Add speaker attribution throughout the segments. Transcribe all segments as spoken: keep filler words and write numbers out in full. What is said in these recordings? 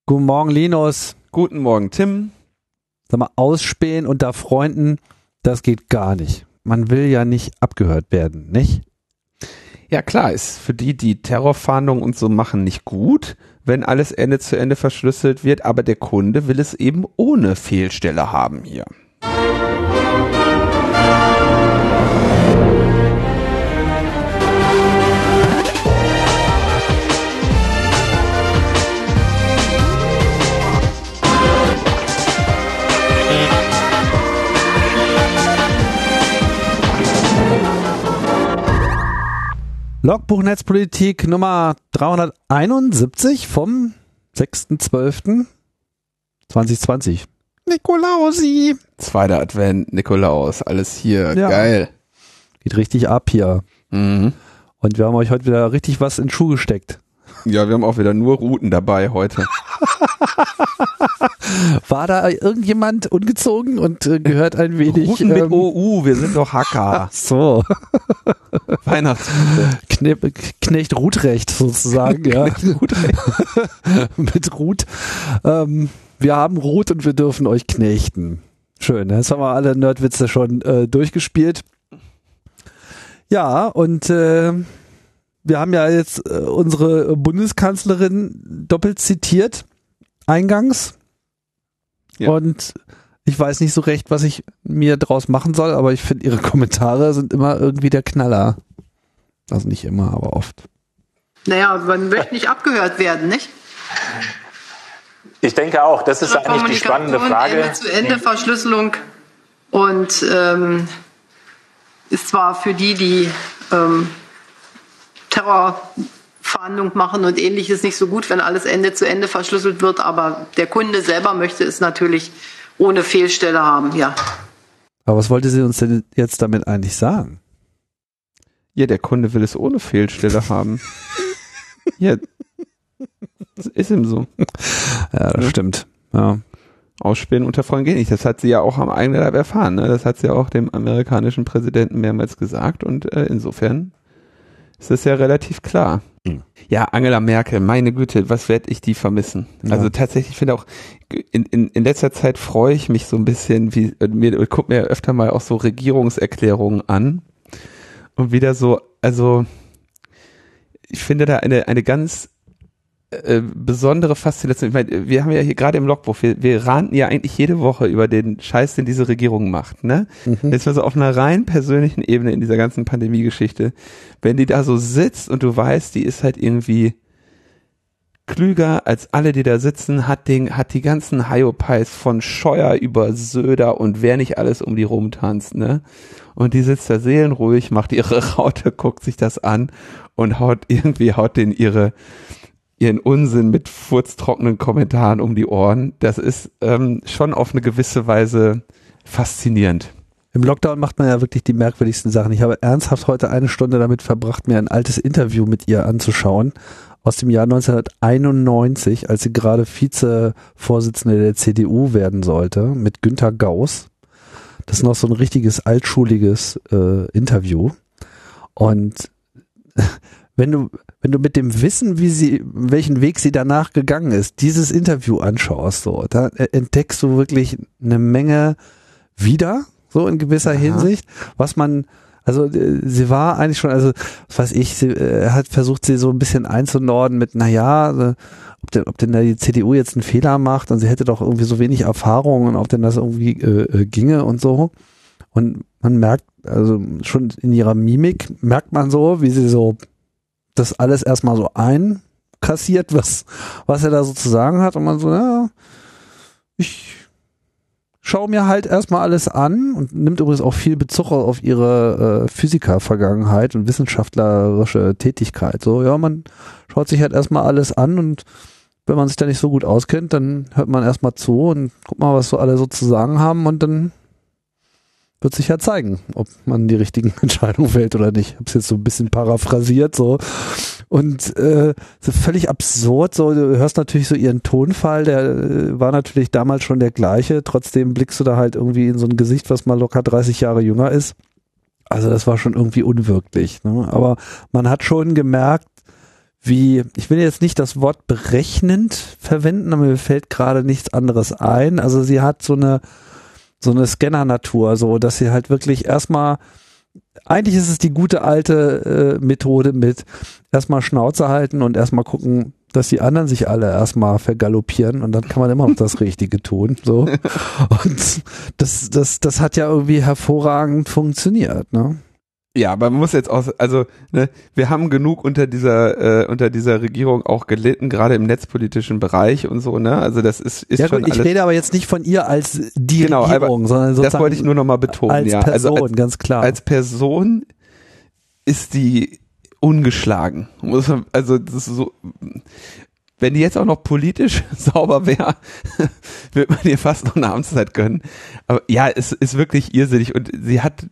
Speaker 1: Guten Morgen, Linus.
Speaker 2: Guten Morgen, Tim.
Speaker 1: Sag mal, ausspähen unter Freunden, das geht gar nicht. Man will ja nicht abgehört werden, nicht?
Speaker 2: Ja klar, ist für die, die Terrorfahndung und so machen, nicht gut, wenn alles Ende zu Ende verschlüsselt wird, aber der Kunde will es eben ohne Fehlstelle haben hier.
Speaker 1: Logbuch Netzpolitik Nummer dreihunderteinundsiebzig vom sechster zwölfter zweitausendzwanzig. Nikolausi.
Speaker 2: Zweiter Advent, Nikolaus, alles hier,
Speaker 1: Ja.
Speaker 2: Geil.
Speaker 1: Geht richtig ab hier.
Speaker 2: Mhm.
Speaker 1: Und wir haben euch heute wieder richtig was in den Schuh gesteckt.
Speaker 2: Ja, wir haben auch wieder nur Routen dabei heute.
Speaker 1: War da irgendjemand ungezogen und äh, gehört ein wenig...
Speaker 2: Routen mit
Speaker 1: ähm,
Speaker 2: O U, wir sind doch Hacker.
Speaker 1: Ach so.
Speaker 2: Weihnachtsroute.
Speaker 1: Kne Knecht Ruthrecht sozusagen, ja. Mit Ruth. Ähm, wir haben Ruth und wir dürfen euch knechten. Schön, jetzt haben wir alle Nerdwitze schon äh, durchgespielt. Ja, und äh, wir haben ja jetzt äh, unsere Bundeskanzlerin doppelt zitiert, eingangs.
Speaker 2: Ja.
Speaker 1: Und ich weiß nicht so recht, was ich mir draus machen soll, aber ich finde, ihre Kommentare sind immer irgendwie der Knaller. Also nicht immer, aber oft.
Speaker 3: Naja, man möchte nicht abgehört werden, nicht?
Speaker 4: Ich denke auch, das ist eigentlich die spannende Frage.
Speaker 3: Ende zu Ende Verschlüsselung und ähm, ist zwar für die, die ähm, Terrorfahndung machen und ähnliches nicht so gut, wenn alles Ende zu Ende verschlüsselt wird, aber der Kunde selber möchte es natürlich ohne Fehlstelle haben, ja.
Speaker 1: Aber was wollte sie uns denn jetzt damit eigentlich sagen?
Speaker 2: Ja, der Kunde will es ohne Fehlstelle haben. Ja, das ist ihm so.
Speaker 1: Ja, das
Speaker 2: Ja.
Speaker 1: stimmt. Ja.
Speaker 2: Ausspähen unter Freunden geht nicht. Das hat sie ja auch am eigenen Leib erfahren. Ne? Das hat sie ja auch dem amerikanischen Präsidenten mehrmals gesagt und äh, insofern ist das ja relativ klar.
Speaker 1: Mhm.
Speaker 2: Ja, Angela Merkel, meine Güte, was werde ich die vermissen?
Speaker 1: Ja.
Speaker 2: Also tatsächlich, ich finde auch, in, in, in letzter Zeit freue ich mich so ein bisschen, wie mir ich guck mir öfter mal auch so Regierungserklärungen an und wieder so, also ich finde da eine, eine ganz äh, besondere Faszination. Ich meine, wir haben ja hier gerade im Logbuch, wir, wir ranten ja eigentlich jede Woche über den Scheiß, den diese Regierung macht, ne?
Speaker 1: Mhm.
Speaker 2: Jetzt mal so auf einer rein persönlichen Ebene in dieser ganzen Pandemie-Geschichte. Wenn die da so sitzt und du weißt, die ist halt irgendwie klüger als alle, die da sitzen, hat den, hat die ganzen Hyopies von Scheuer über Söder und wer nicht alles um die rumtanzt, ne? Und die sitzt da seelenruhig, macht ihre Raute, guckt sich das an und haut irgendwie, haut den ihre, ihren Unsinn mit furztrockenen Kommentaren um die Ohren. Das ist ähm, schon auf eine gewisse Weise faszinierend.
Speaker 1: Im Lockdown macht man ja wirklich die merkwürdigsten Sachen. Ich habe ernsthaft heute eine Stunde damit verbracht, mir ein altes Interview mit ihr anzuschauen, aus dem Jahr neunzehnhunderteinundneunzig, als sie gerade Vizevorsitzende der C D U werden sollte, mit Günter Gauss. Das ist noch so ein richtiges altschuliges äh, Interview. Und wenn du, wenn du mit dem Wissen, wie sie, welchen Weg sie danach gegangen ist, dieses Interview anschaust, so, da entdeckst du wirklich eine Menge wieder, so in gewisser
Speaker 2: Aha.
Speaker 1: Hinsicht, was man, also äh, sie war eigentlich schon, also was weiß ich, sie äh, hat versucht, sie so ein bisschen einzunorden mit, naja, äh, ob denn, ob denn da die C D U jetzt einen Fehler macht und sie hätte doch irgendwie so wenig Erfahrung und ob denn das irgendwie äh, äh, ginge und so. Und man merkt, also schon in ihrer Mimik merkt man so, wie sie so das alles erstmal so einkassiert, was, was er da so zu sagen hat und man so, ja, ich schaue mir halt erstmal alles an und nimmt übrigens auch viel Bezug auf ihre äh, Physiker-Vergangenheit und wissenschaftlerische Tätigkeit. So, ja, man schaut sich halt erstmal alles an und wenn man sich da nicht so gut auskennt, dann hört man erstmal zu und guckt mal, was so alle so zu sagen haben und dann wird sich ja zeigen, ob man die richtigen Entscheidungen fällt oder nicht. Ich habe es jetzt so ein bisschen paraphrasiert so und äh, so völlig absurd. So, du hörst natürlich so ihren Tonfall, der äh, war natürlich damals schon der gleiche. Trotzdem blickst du da halt irgendwie in so ein Gesicht, was mal locker dreißig Jahre jünger ist. Also das war schon irgendwie unwirklich. Ne? Aber man hat schon gemerkt, wie, ich will jetzt nicht das Wort berechnend verwenden, aber mir fällt gerade nichts anderes ein. Also sie hat so eine, so eine Scanner-Natur, so, dass sie halt wirklich erstmal, eigentlich ist es die gute alte äh, Methode mit erstmal Schnauze halten und erstmal gucken, dass die anderen sich alle erstmal vergaloppieren und dann kann man immer noch das Richtige tun, so. Und das, das, das hat ja irgendwie hervorragend funktioniert, ne?
Speaker 2: Ja, aber man muss jetzt auch, also ne, wir haben genug unter dieser äh, unter dieser Regierung auch gelitten, gerade im netzpolitischen Bereich und so, ne? Also das ist ist
Speaker 1: ja,
Speaker 2: schon
Speaker 1: gut, ich
Speaker 2: alles,
Speaker 1: rede aber jetzt nicht von ihr als die
Speaker 2: genau,
Speaker 1: Regierung, sondern sozusagen
Speaker 2: das wollte ich nur noch mal betonen,
Speaker 1: als
Speaker 2: ja.
Speaker 1: Person,
Speaker 2: also als,
Speaker 1: ganz klar.
Speaker 2: Als Person ist die ungeschlagen. Muss man, also das ist so, wenn die jetzt auch noch politisch sauber wäre, würde man ihr fast noch eine Amtszeit gönnen. Aber ja, es ist wirklich irrsinnig und sie hat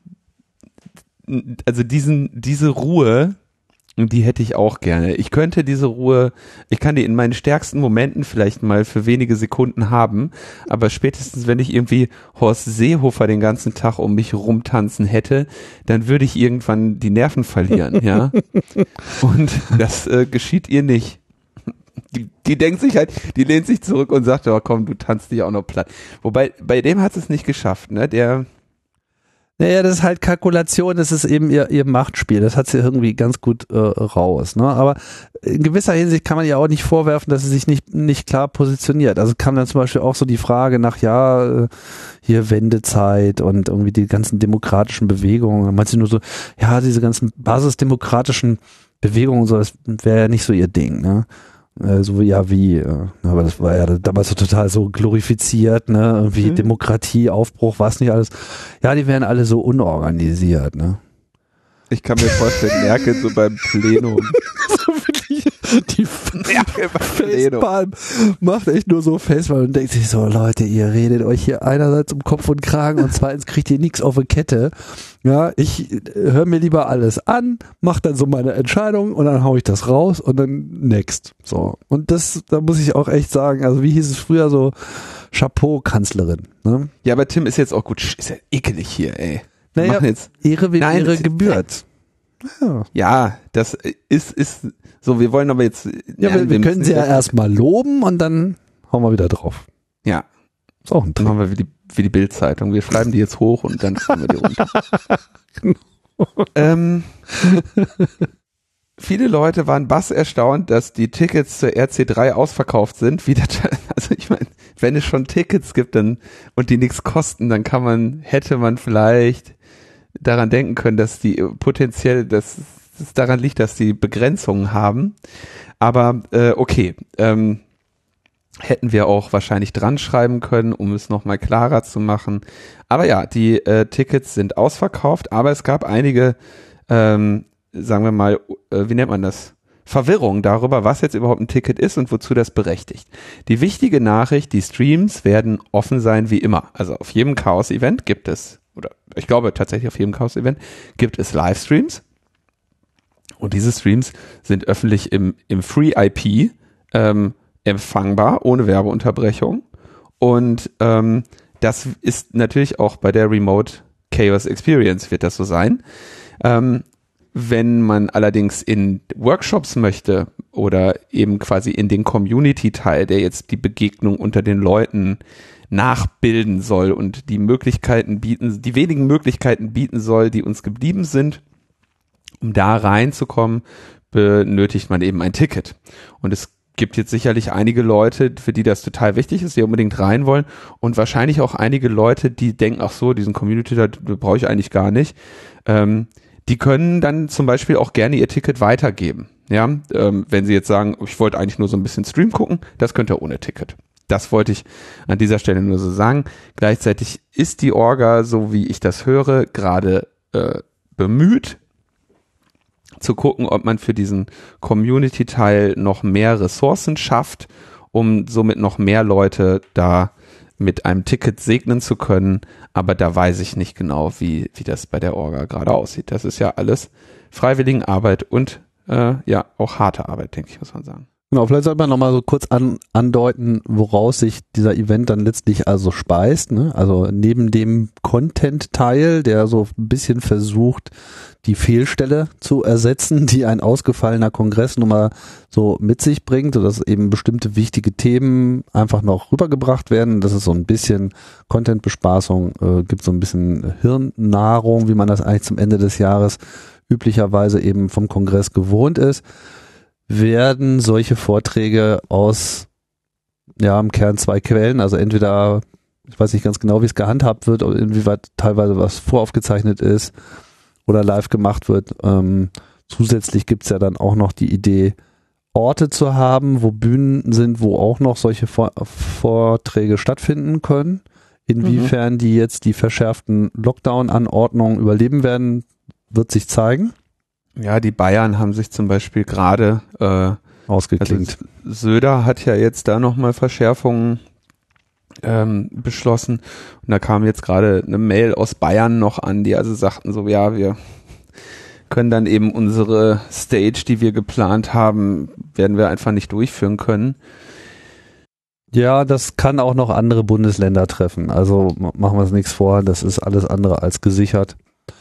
Speaker 2: also diesen, diese Ruhe, die hätte ich auch gerne. Ich könnte diese Ruhe, ich kann die in meinen stärksten Momenten vielleicht mal für wenige Sekunden haben, aber spätestens, wenn ich irgendwie Horst Seehofer den ganzen Tag um mich rumtanzen hätte, dann würde ich irgendwann die Nerven verlieren, ja. Und das äh, geschieht ihr nicht. Die, die denkt sich halt, die lehnt sich zurück und sagt, oh komm, du tanzt dich auch noch platt. Wobei, bei dem hat es nicht geschafft, ne, der
Speaker 1: Naja, das ist halt Kalkulation, das ist eben ihr, ihr Machtspiel, das hat sie irgendwie ganz gut äh, raus, ne? Aber in gewisser Hinsicht kann man ja auch nicht vorwerfen, dass sie sich nicht, nicht klar positioniert. Also kam dann zum Beispiel auch so die Frage nach, ja, hier Wendezeit und irgendwie die ganzen demokratischen Bewegungen. Da meint sie nur so, ja, diese ganzen basisdemokratischen Bewegungen und so, das wäre ja nicht so ihr Ding, ne? So ja wie, äh, aber das war ja damals so total so glorifiziert, ne, irgendwie mhm. Demokratie, Aufbruch, was nicht alles. Ja, die werden alle so unorganisiert, ne.
Speaker 2: Ich kann mir vorstellen, Merkel so beim Plenum.
Speaker 1: So wirklich, die Facepalm macht echt nur so Facepalm und denkt sich so, Leute, ihr redet euch hier einerseits um Kopf und Kragen und zweitens kriegt ihr nichts auf die Kette. Ja, ich höre mir lieber alles an, mach dann so meine Entscheidung und dann hau ich das raus und dann next. So. Und das, da muss ich auch echt sagen, also wie hieß es früher so, Chapeau, Kanzlerin. Ne?
Speaker 2: Ja, aber Tim ist jetzt auch gut, ist ja ekelig hier, ey.
Speaker 1: Naja,
Speaker 2: jetzt,
Speaker 1: Ehre wird
Speaker 2: nein,
Speaker 1: Ehre gebührt.
Speaker 2: Ja. ja, das ist, ist so, wir wollen aber jetzt.
Speaker 1: Ja,
Speaker 2: nein,
Speaker 1: wir, wir können sie ja erstmal loben und dann hauen wir wieder drauf.
Speaker 2: Ja.
Speaker 1: Ist auch ein Trick.
Speaker 2: Dann machen wir wie die, wie die Bild-Zeitung. Wir schreiben die jetzt hoch und dann schreiben wir die runter. ähm, viele Leute waren bass erstaunt, dass die Tickets zur R C drei ausverkauft sind. Wie das, also ich meine, wenn es schon Tickets gibt dann, und die nichts kosten, dann kann man, hätte man vielleicht daran denken können, dass die potenziell, dass es daran liegt, dass die Begrenzungen haben. Aber äh, okay, ähm, hätten wir auch wahrscheinlich dran schreiben können, um es nochmal klarer zu machen. Aber ja, die äh, Tickets sind ausverkauft, aber es gab einige, ähm, sagen wir mal, äh, wie nennt man das? Verwirrung darüber, was jetzt überhaupt ein Ticket ist und wozu das berechtigt. Die wichtige Nachricht, die Streams werden offen sein wie immer. Also auf jedem Chaos-Event gibt es, oder ich glaube tatsächlich auf jedem Chaos-Event gibt es Livestreams. Und diese Streams sind öffentlich im, im Free I P ähm, empfangbar, ohne Werbeunterbrechung. Und ähm, das ist natürlich auch bei der Remote Chaos Experience wird das so sein. Ähm, wenn man allerdings in Workshops möchte oder eben quasi in den Community-Teil, der jetzt die Begegnung unter den Leuten nachbilden soll und die Möglichkeiten bieten, die wenigen Möglichkeiten bieten soll, die uns geblieben sind, um da reinzukommen, benötigt man eben ein Ticket. Und es gibt jetzt sicherlich einige Leute, für die das total wichtig ist, die unbedingt rein wollen und wahrscheinlich auch einige Leute, die denken, ach so, diesen Community-Teil brauche ich eigentlich gar nicht. Ähm, die können dann zum Beispiel auch gerne ihr Ticket weitergeben. Ja, ähm, wenn sie jetzt sagen, ich wollte eigentlich nur so ein bisschen Stream gucken, das könnt ihr ohne Ticket. Das wollte ich an dieser Stelle nur so sagen. Gleichzeitig ist die Orga, so wie ich das höre, gerade äh, bemüht, zu gucken, ob man für diesen Community-Teil noch mehr Ressourcen schafft, um somit noch mehr Leute da mit einem Ticket segnen zu können. Aber da weiß ich nicht genau, wie, wie das bei der Orga gerade aussieht. Das ist ja alles Freiwilligenarbeit und äh, ja auch harte Arbeit, denke ich, muss man sagen.
Speaker 1: Genau, vielleicht sollte man nochmal so kurz an, andeuten, woraus sich dieser Event dann letztlich also speist. Ne? Also neben dem Content-Teil, der so ein bisschen versucht, die Fehlstelle zu ersetzen, die ein ausgefallener Kongress nun mal so mit sich bringt, sodass eben bestimmte wichtige Themen einfach noch rübergebracht werden. Das ist so ein bisschen Content-Bespaßung, äh, gibt so ein bisschen Hirnnahrung, wie man das eigentlich zum Ende des Jahres üblicherweise eben vom Kongress gewohnt ist. Werden solche Vorträge aus, ja, im Kern zwei Quellen, also entweder, ich weiß nicht ganz genau, wie es gehandhabt wird, oder inwieweit teilweise was voraufgezeichnet ist oder live gemacht wird. Ähm, zusätzlich gibt's ja dann auch noch die Idee, Orte zu haben, wo Bühnen sind, wo auch noch solche Vor- Vorträge stattfinden können. Inwiefern mhm. die jetzt die verschärften Lockdown-Anordnungen überleben werden, wird sich zeigen.
Speaker 2: Ja, die Bayern haben sich zum Beispiel gerade äh,
Speaker 1: ausgeklingt.
Speaker 2: Also Söder hat ja jetzt da nochmal Verschärfungen ähm, beschlossen. Und da kam jetzt gerade eine Mail aus Bayern noch an, die also sagten so, ja, wir können dann eben unsere Stage, die wir geplant haben, werden wir einfach nicht durchführen können.
Speaker 1: Ja, das kann auch noch andere Bundesländer treffen. Also machen wir uns nichts vor, das ist alles andere als gesichert.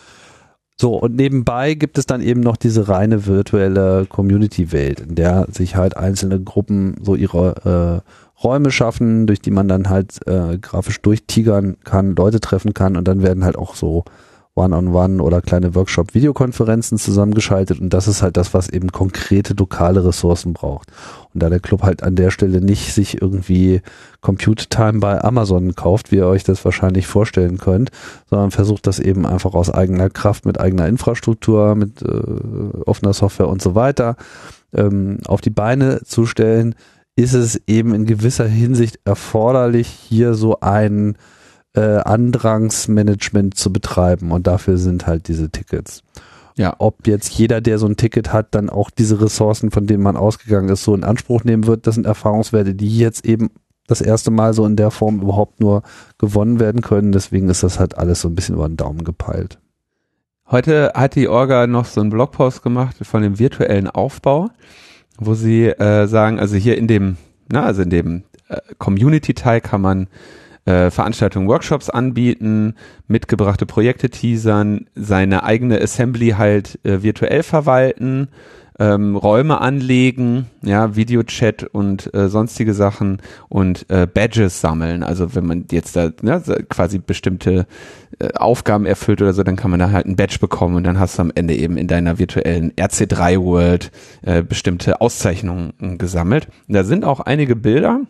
Speaker 1: So, und nebenbei gibt es dann eben noch diese reine virtuelle Community-Welt, in der sich halt einzelne Gruppen so ihre äh, Räume schaffen, durch die man dann halt äh, grafisch durchtigern kann, Leute treffen kann, und dann werden halt auch so One-on-One oder kleine Workshop-Videokonferenzen zusammengeschaltet, und das ist halt das, was eben konkrete lokale Ressourcen braucht. Und da der Club halt an der Stelle nicht sich irgendwie Compute Time bei Amazon kauft, wie ihr euch das wahrscheinlich vorstellen könnt, sondern versucht das eben einfach aus eigener Kraft, mit eigener Infrastruktur, mit äh, offener Software und so weiter ähm, auf die Beine zu stellen, ist es eben in gewisser Hinsicht erforderlich, hier so ein Äh, Andrangsmanagement zu betreiben, und dafür sind halt diese Tickets. Ja, ob jetzt jeder, der so ein Ticket hat, dann auch diese Ressourcen, von denen man ausgegangen ist, so in Anspruch nehmen wird, das sind Erfahrungswerte, die jetzt eben das erste Mal so in der Form überhaupt nur gewonnen werden können. Deswegen ist das halt alles so ein bisschen über den Daumen gepeilt.
Speaker 2: Heute hat die Orga noch so einen Blogpost gemacht von dem virtuellen Aufbau, wo sie äh, sagen, also hier in dem, na, also in dem äh, Community-Teil kann man Äh, Veranstaltungen, Workshops anbieten, mitgebrachte Projekte teasern, seine eigene Assembly halt äh, virtuell verwalten, ähm, Räume anlegen, ja, Videochat und äh, sonstige Sachen, und äh, Badges sammeln. Also wenn man jetzt da ne, quasi bestimmte äh, Aufgaben erfüllt oder so, dann kann man da halt ein Badge bekommen, und dann hast du am Ende eben in deiner virtuellen R C drei World äh, bestimmte Auszeichnungen äh, gesammelt. Und da sind auch einige Bilder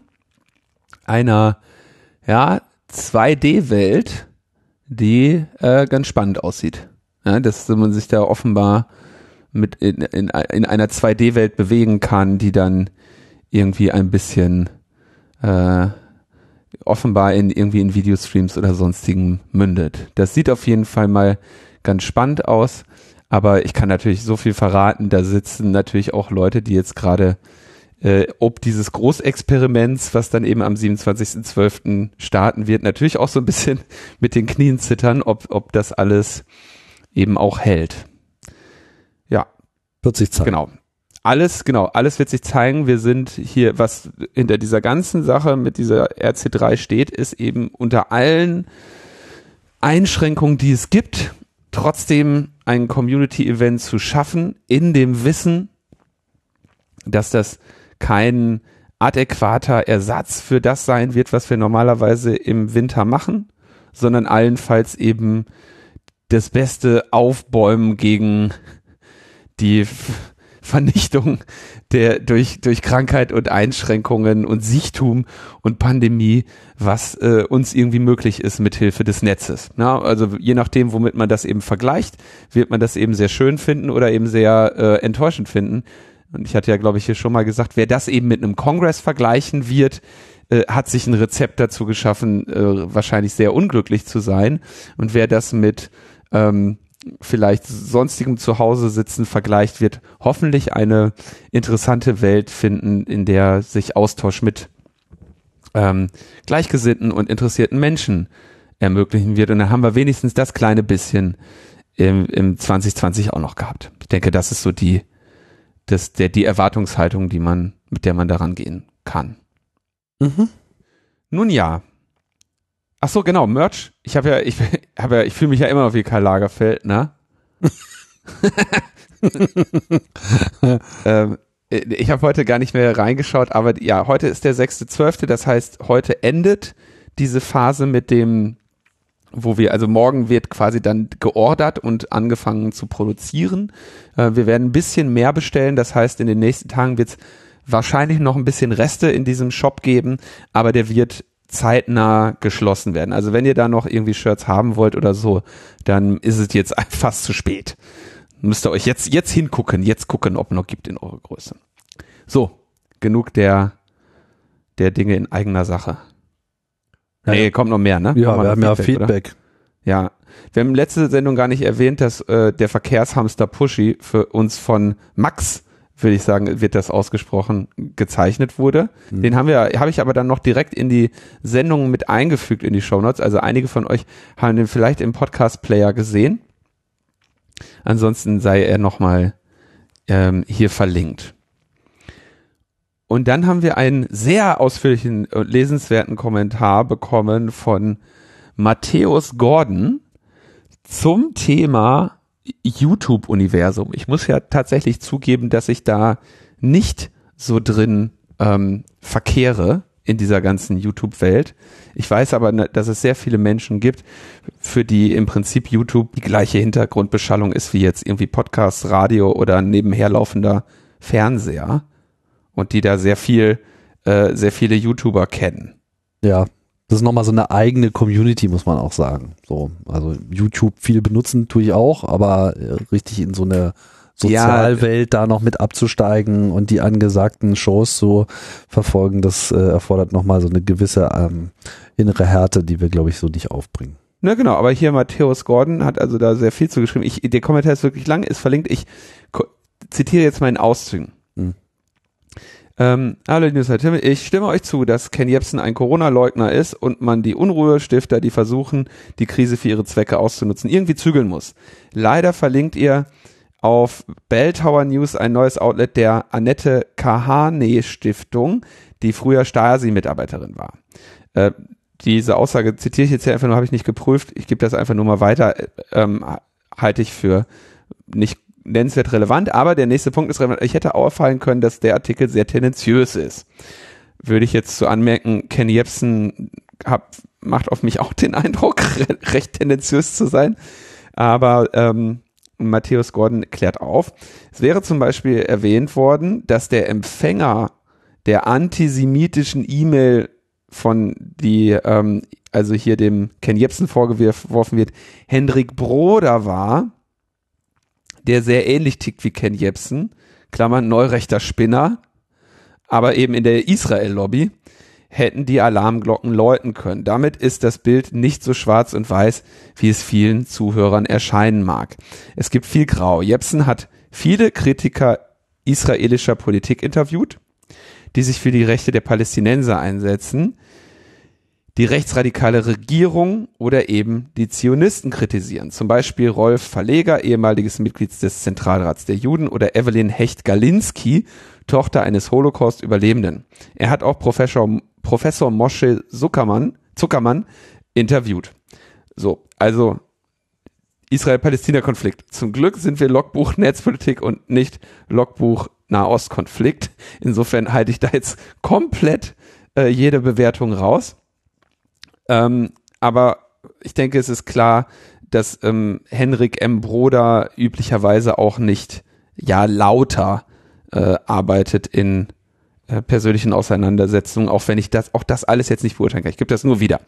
Speaker 2: einer ja, zwei D-Welt, die äh, ganz spannend aussieht. Ja, dass man sich da offenbar mit in, in, in einer zwei D-Welt bewegen kann, die dann irgendwie ein bisschen äh, offenbar in irgendwie in Videostreams oder sonstigen mündet. Das sieht auf jeden Fall mal ganz spannend aus, aber ich kann natürlich so viel verraten, da sitzen natürlich auch Leute, die jetzt gerade Äh, ob dieses Großexperiments, was dann eben am siebenundzwanzigsten zwölften starten wird, natürlich auch so ein bisschen mit den Knien zittern, ob, ob das alles eben auch hält. Ja.
Speaker 1: Wird sich zeigen.
Speaker 2: Genau. Alles, genau, alles wird sich zeigen. Wir sind hier, was hinter dieser ganzen Sache mit dieser R C drei steht, ist eben unter allen Einschränkungen, die es gibt, trotzdem ein Community-Event zu schaffen, in dem Wissen, dass das kein adäquater Ersatz für das sein wird, was wir normalerweise im Winter machen, sondern allenfalls eben das beste Aufbäumen gegen die Vernichtung der durch durch Krankheit und Einschränkungen und Siechtum und Pandemie, was äh, uns irgendwie möglich ist mit Hilfe des Netzes. Na, also je nachdem, womit man das eben vergleicht, wird man das eben sehr schön finden oder eben sehr äh, enttäuschend finden. Und ich hatte ja, glaube ich, hier schon mal gesagt, wer das eben mit einem Kongress vergleichen wird, äh, hat sich ein Rezept dazu geschaffen, äh, wahrscheinlich sehr unglücklich zu sein. Und wer das mit ähm, vielleicht sonstigem Zuhause sitzen vergleicht, wird hoffentlich eine interessante Welt finden, in der sich Austausch mit ähm, gleichgesinnten und interessierten Menschen ermöglichen wird. Und dann haben wir wenigstens das kleine bisschen im, im zwanzig zwanzig auch noch gehabt. Ich denke, das ist so die das, der, die Erwartungshaltung, die man, mit der man daran gehen kann.
Speaker 1: Mhm.
Speaker 2: Nun ja. Ach so, genau, Merch. Ich habe ja, ich habe ja, ich fühle mich ja immer noch wie Karl Lagerfeld, ne? ähm, ich habe heute gar nicht mehr reingeschaut, aber ja, heute ist der sechste zwölfte, das heißt, heute endet diese Phase mit dem, wo wir, also morgen wird quasi dann geordert und angefangen zu produzieren. Äh, wir werden ein bisschen mehr bestellen, das heißt, in den nächsten Tagen wird es wahrscheinlich noch ein bisschen Reste in diesem Shop geben, aber der wird zeitnah geschlossen werden. Also wenn ihr da noch irgendwie Shirts haben wollt oder so, dann ist es jetzt fast zu spät. Müsst ihr euch jetzt, jetzt hingucken, jetzt gucken, ob es noch gibt in eurer Größe. So, genug der, der Dinge in eigener Sache.
Speaker 1: Ja,
Speaker 2: nee,
Speaker 1: ja.
Speaker 2: kommt noch mehr, ne?
Speaker 1: Ja,
Speaker 2: wir
Speaker 1: haben ja
Speaker 2: Feedback.
Speaker 1: Feedback.
Speaker 2: Ja, wir haben letzte Sendung gar nicht erwähnt, dass äh, der Verkehrshamster Pushy für uns von Max, würde ich sagen, wird das ausgesprochen, gezeichnet wurde. Mhm. Den haben wir, habe ich aber dann noch direkt in die Sendung mit eingefügt in die Shownotes. Also einige von euch haben den vielleicht im Podcast-Player gesehen. Ansonsten sei er nochmal ähm, hier verlinkt. Und dann haben wir einen sehr ausführlichen und lesenswerten Kommentar bekommen von Matthäus Gordon zum Thema YouTube-Universum. Ich muss ja tatsächlich zugeben, dass ich da nicht so drin ähm, verkehre in dieser ganzen YouTube-Welt. Ich weiß aber, dass es sehr viele Menschen gibt, für die im Prinzip YouTube die gleiche Hintergrundbeschallung ist wie jetzt irgendwie Podcast, Radio oder nebenher laufender Fernseher und die da sehr viel, äh, sehr viele YouTuber kennen.
Speaker 1: Ja. Das ist nochmal so eine eigene Community, muss man auch sagen. So, also YouTube viel benutzen tue ich auch, aber richtig in so eine Sozialwelt ja, da noch mit abzusteigen und die angesagten Shows zu verfolgen, das äh, erfordert nochmal so eine gewisse ähm, innere Härte, die wir, glaube ich, so nicht aufbringen.
Speaker 2: Na genau, aber hier Matthäus Gordon hat also da sehr viel zu geschrieben. Ich, der Kommentar ist wirklich lang, ist verlinkt. Ich zitiere jetzt mal in Auszügen. Hm. Ähm, hallo Newsletter, ich stimme euch zu, dass Ken Jebsen ein Corona-Leugner ist und man die Unruhestifter, die versuchen, die Krise für ihre Zwecke auszunutzen, irgendwie zügeln muss. Leider verlinkt ihr auf Bell Tower News ein neues Outlet der Annette Kahane Stiftung, die früher Stasi-Mitarbeiterin war. Äh, diese Aussage zitiere ich jetzt hier einfach nur, habe ich nicht geprüft, ich gebe das einfach nur mal weiter, ähm, halte ich für nicht nennenswert relevant, aber der nächste Punkt ist relevant. Ich hätte auffallen können, dass der Artikel sehr tendenziös ist. Würde ich jetzt so anmerken, Ken Jebsen hab, macht auf mich auch den Eindruck, re- recht tendenziös zu sein, aber ähm, Matthäus Gordon klärt auf. Es wäre zum Beispiel erwähnt worden, dass der Empfänger der antisemitischen E-Mail von die, ähm, also hier dem Ken Jebsen vorgeworfen wird, Hendrik Broder war, der sehr ähnlich tickt wie Ken Jebsen, Klammern neurechter Spinner, aber eben in der Israel-Lobby, hätten die Alarmglocken läuten können. Damit ist das Bild nicht so schwarz und weiß, wie es vielen Zuhörern erscheinen mag. Es gibt viel Grau. Jebsen hat viele Kritiker israelischer Politik interviewt, die sich für die Rechte der Palästinenser einsetzen, die rechtsradikale Regierung oder eben die Zionisten kritisieren. Zum Beispiel Rolf Verleger, ehemaliges Mitglied des Zentralrats der Juden, oder Evelyn Hecht-Galinski, Tochter eines Holocaust-Überlebenden. Er hat auch Professor, Professor Moshe Zuckermann, Zuckermann interviewt. So, also Israel-Palästina-Konflikt. Zum Glück sind wir Logbuch Netzpolitik und nicht Logbuch Nahostkonflikt. Insofern halte ich da jetzt komplett äh, jede Bewertung raus. Ähm, aber ich denke, es ist klar, dass ähm, Henrik M. Broder üblicherweise auch nicht ja lauter äh, arbeitet in äh, persönlichen Auseinandersetzungen, auch wenn ich das auch das alles jetzt nicht beurteilen kann. Ich gebe das nur wieder.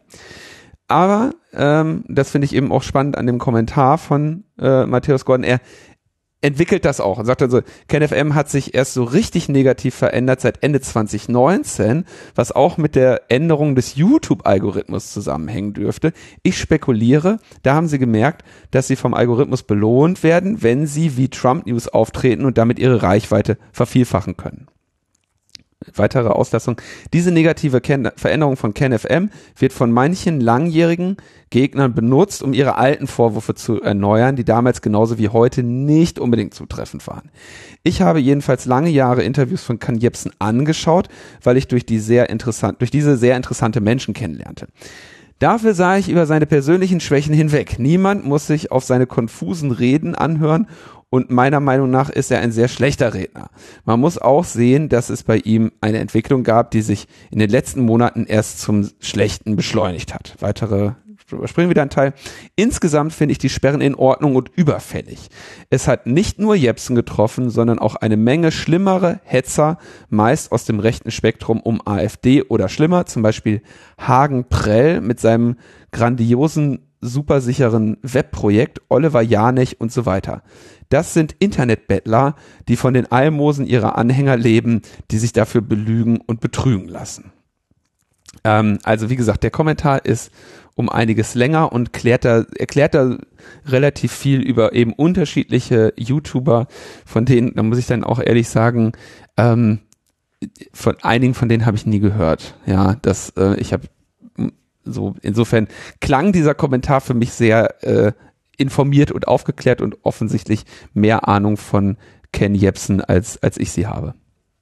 Speaker 2: Aber ähm, das finde ich eben auch spannend an dem Kommentar von äh, Matthäus Gordon. Er entwickelt das auch und sagt also, KenFM hat sich erst so richtig negativ verändert seit Ende zwanzig neunzehn, was auch mit der Änderung des YouTube-Algorithmus zusammenhängen dürfte. Ich spekuliere, da haben sie gemerkt, dass sie vom Algorithmus belohnt werden, wenn sie wie Trump News auftreten und damit ihre Reichweite vervielfachen können. weitere Auslassung. Diese negative Ken- Veränderung von KenFM wird von manchen langjährigen Gegnern benutzt, um ihre alten Vorwürfe zu erneuern, die damals genauso wie heute nicht unbedingt zutreffend waren. Ich habe jedenfalls lange Jahre Interviews von Ken Jebsen angeschaut, weil ich durch die sehr interessant, durch diese sehr interessante Menschen kennenlernte. Dafür sah ich über seine persönlichen Schwächen hinweg. Niemand muss sich auf seine konfusen Reden anhören und meiner Meinung nach ist er ein sehr schlechter Redner. Man muss auch sehen, dass es bei ihm eine Entwicklung gab, die sich in den letzten Monaten erst zum Schlechten beschleunigt hat. Weitere, überspringen wieder einen Teil. Insgesamt finde ich die Sperren in Ordnung und überfällig. Es hat nicht nur Jebsen getroffen, sondern auch eine Menge schlimmere Hetzer, meist aus dem rechten Spektrum um AfD oder schlimmer, zum Beispiel Hagen Prell mit seinem grandiosen, supersicheren Webprojekt, Oliver Janich und so weiter. Das sind Internetbettler, die von den Almosen ihrer Anhänger leben, die sich dafür belügen und betrügen lassen. Ähm, also wie gesagt, der Kommentar ist um einiges länger und klärt da, erklärt da relativ viel über eben unterschiedliche YouTuber, von denen, da muss ich dann auch ehrlich sagen, ähm, von einigen von denen habe ich nie gehört. Ja, das, äh, ich habe so, insofern klang dieser Kommentar für mich sehr äh, informiert und aufgeklärt und offensichtlich mehr Ahnung von Ken Jebsen, als, als ich sie habe.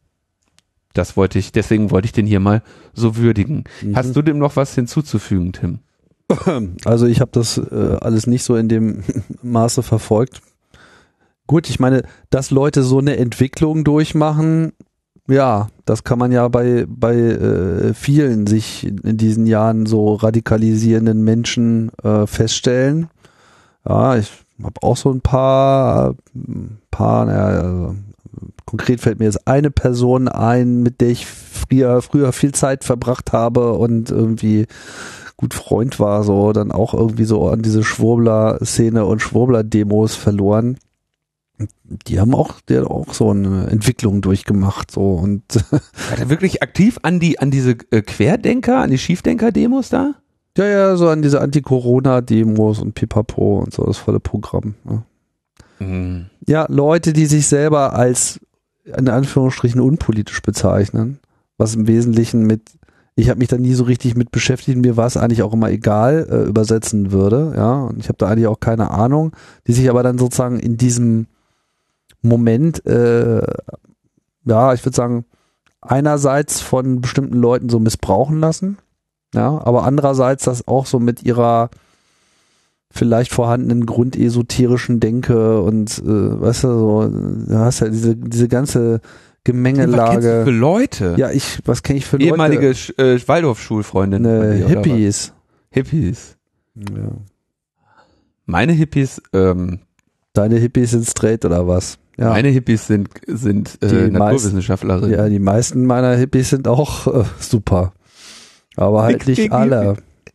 Speaker 2: Das wollte ich, deswegen wollte ich den hier mal so würdigen. Mhm. Hast du dem noch was hinzuzufügen, Tim?
Speaker 1: Also ich habe das äh, alles nicht so in dem Maße verfolgt. Gut, ich meine, dass Leute so eine Entwicklung durchmachen, ja, das kann man ja bei bei äh, vielen sich in diesen Jahren so radikalisierenden Menschen äh, feststellen. Ja, ich habe auch so ein paar, paar, naja, also konkret fällt mir jetzt eine Person ein, mit der ich früher, früher viel Zeit verbracht habe und irgendwie gut Freund war, so dann auch irgendwie so an diese Schwurbler-Szene und Schwurbler-Demos verloren. Die haben auch, der hat auch so eine Entwicklung durchgemacht, so und.
Speaker 2: War der wirklich aktiv an die, an diese äh, Querdenker, an die Schiefdenker-Demos da?
Speaker 1: Ja, ja, so an diese Anti-Corona-Demos und Pipapo und so, das volle Programm. Ja. Mhm. Ja, Leute, die sich selber als, in Anführungsstrichen, unpolitisch bezeichnen, was im Wesentlichen mit, ich habe mich da nie so richtig mit beschäftigt, mir war es eigentlich auch immer egal, äh, übersetzen würde, ja, und ich habe da eigentlich auch keine Ahnung, die sich aber dann sozusagen in diesem Moment, äh, ja, ich würde sagen, einerseits von bestimmten Leuten so missbrauchen lassen, ja, aber andererseits das auch so mit ihrer vielleicht vorhandenen grundesoterischen Denke und äh, weißt du, so, du hast ja diese, diese ganze Gemengelage.
Speaker 2: Was kennst du für Leute?
Speaker 1: Ja, ich, was kenne ich für Leute?
Speaker 2: Ehemalige äh, Waldorfschulfreundin.
Speaker 1: Ne, Hippies.
Speaker 2: Hippies.
Speaker 1: Ja.
Speaker 2: Meine Hippies, ähm,
Speaker 1: Deine Hippies sind straight oder was? Ja.
Speaker 2: Meine Hippies sind, sind äh, Naturwissenschaftlerinnen.
Speaker 1: Ja, die meisten meiner Hippies sind auch äh, super. Aber halt nicht alle.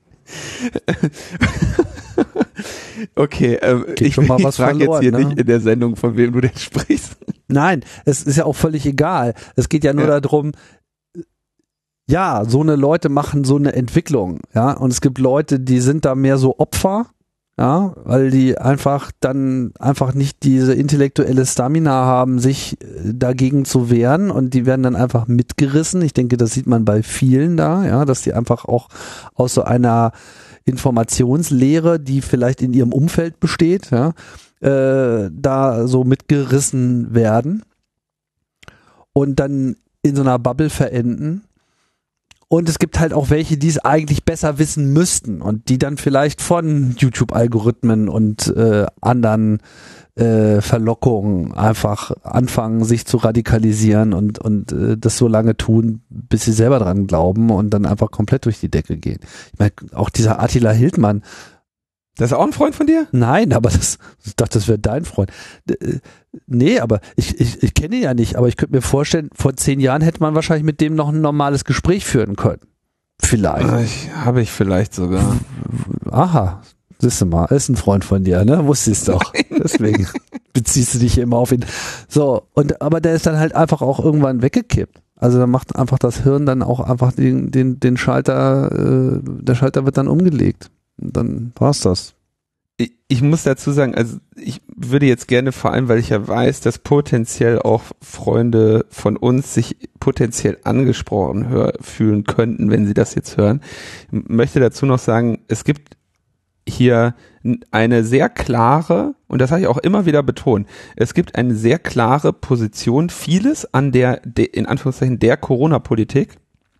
Speaker 2: Okay, ähm, ich, ich frage jetzt hier ne? nicht in der Sendung, von wem du denn sprichst.
Speaker 1: Nein, es ist ja auch völlig egal. Es geht ja nur ja. darum, ja, so eine Leute machen so eine Entwicklung, ja, und es gibt Leute, die sind da mehr so Opfer, ja, weil die einfach dann einfach nicht diese intellektuelle Stamina haben, sich dagegen zu wehren und die werden dann einfach mitgerissen. Ich denke, das sieht man bei vielen da, ja, dass die einfach auch aus so einer Informationslehre, die vielleicht in ihrem Umfeld besteht, ja, äh, da so mitgerissen werden und dann in so einer Bubble verenden. Und es gibt halt auch welche, die es eigentlich besser wissen müssten und die dann vielleicht von YouTube-Algorithmen und äh, anderen äh, Verlockungen einfach anfangen, sich zu radikalisieren und und äh, das so lange tun, bis sie selber dran glauben und dann einfach komplett durch die Decke gehen. Ich meine, auch dieser Attila Hildmann.
Speaker 2: Das ist auch ein Freund von dir?
Speaker 1: Nein, aber das, ich dachte, das wäre dein Freund. Äh, nee, aber ich, ich, ich kenne ihn ja nicht, aber ich könnte mir vorstellen, vor zehn Jahren hätte man wahrscheinlich mit dem noch ein normales Gespräch führen können. Vielleicht.
Speaker 2: Ich, habe ich vielleicht sogar.
Speaker 1: Aha, siehst du mal, ist ein Freund von dir, ne? Wusstest du doch. Nein. Deswegen beziehst du dich immer auf ihn. So, und aber der ist dann halt einfach auch irgendwann weggekippt. Also da macht einfach das Hirn dann auch einfach den, den, den Schalter, äh, der Schalter wird dann umgelegt. Und dann war's das.
Speaker 2: ich, ich muss dazu sagen, also ich würde jetzt gerne, vor allem, weil ich ja weiß, dass potenziell auch Freunde von uns sich potenziell angesprochen hör, fühlen könnten, wenn sie das jetzt hören, möchte dazu noch sagen, es gibt hier eine sehr klare, und das habe ich auch immer wieder betont, es gibt eine sehr klare Position, vieles an der, de, in Anführungszeichen, der Corona-Politik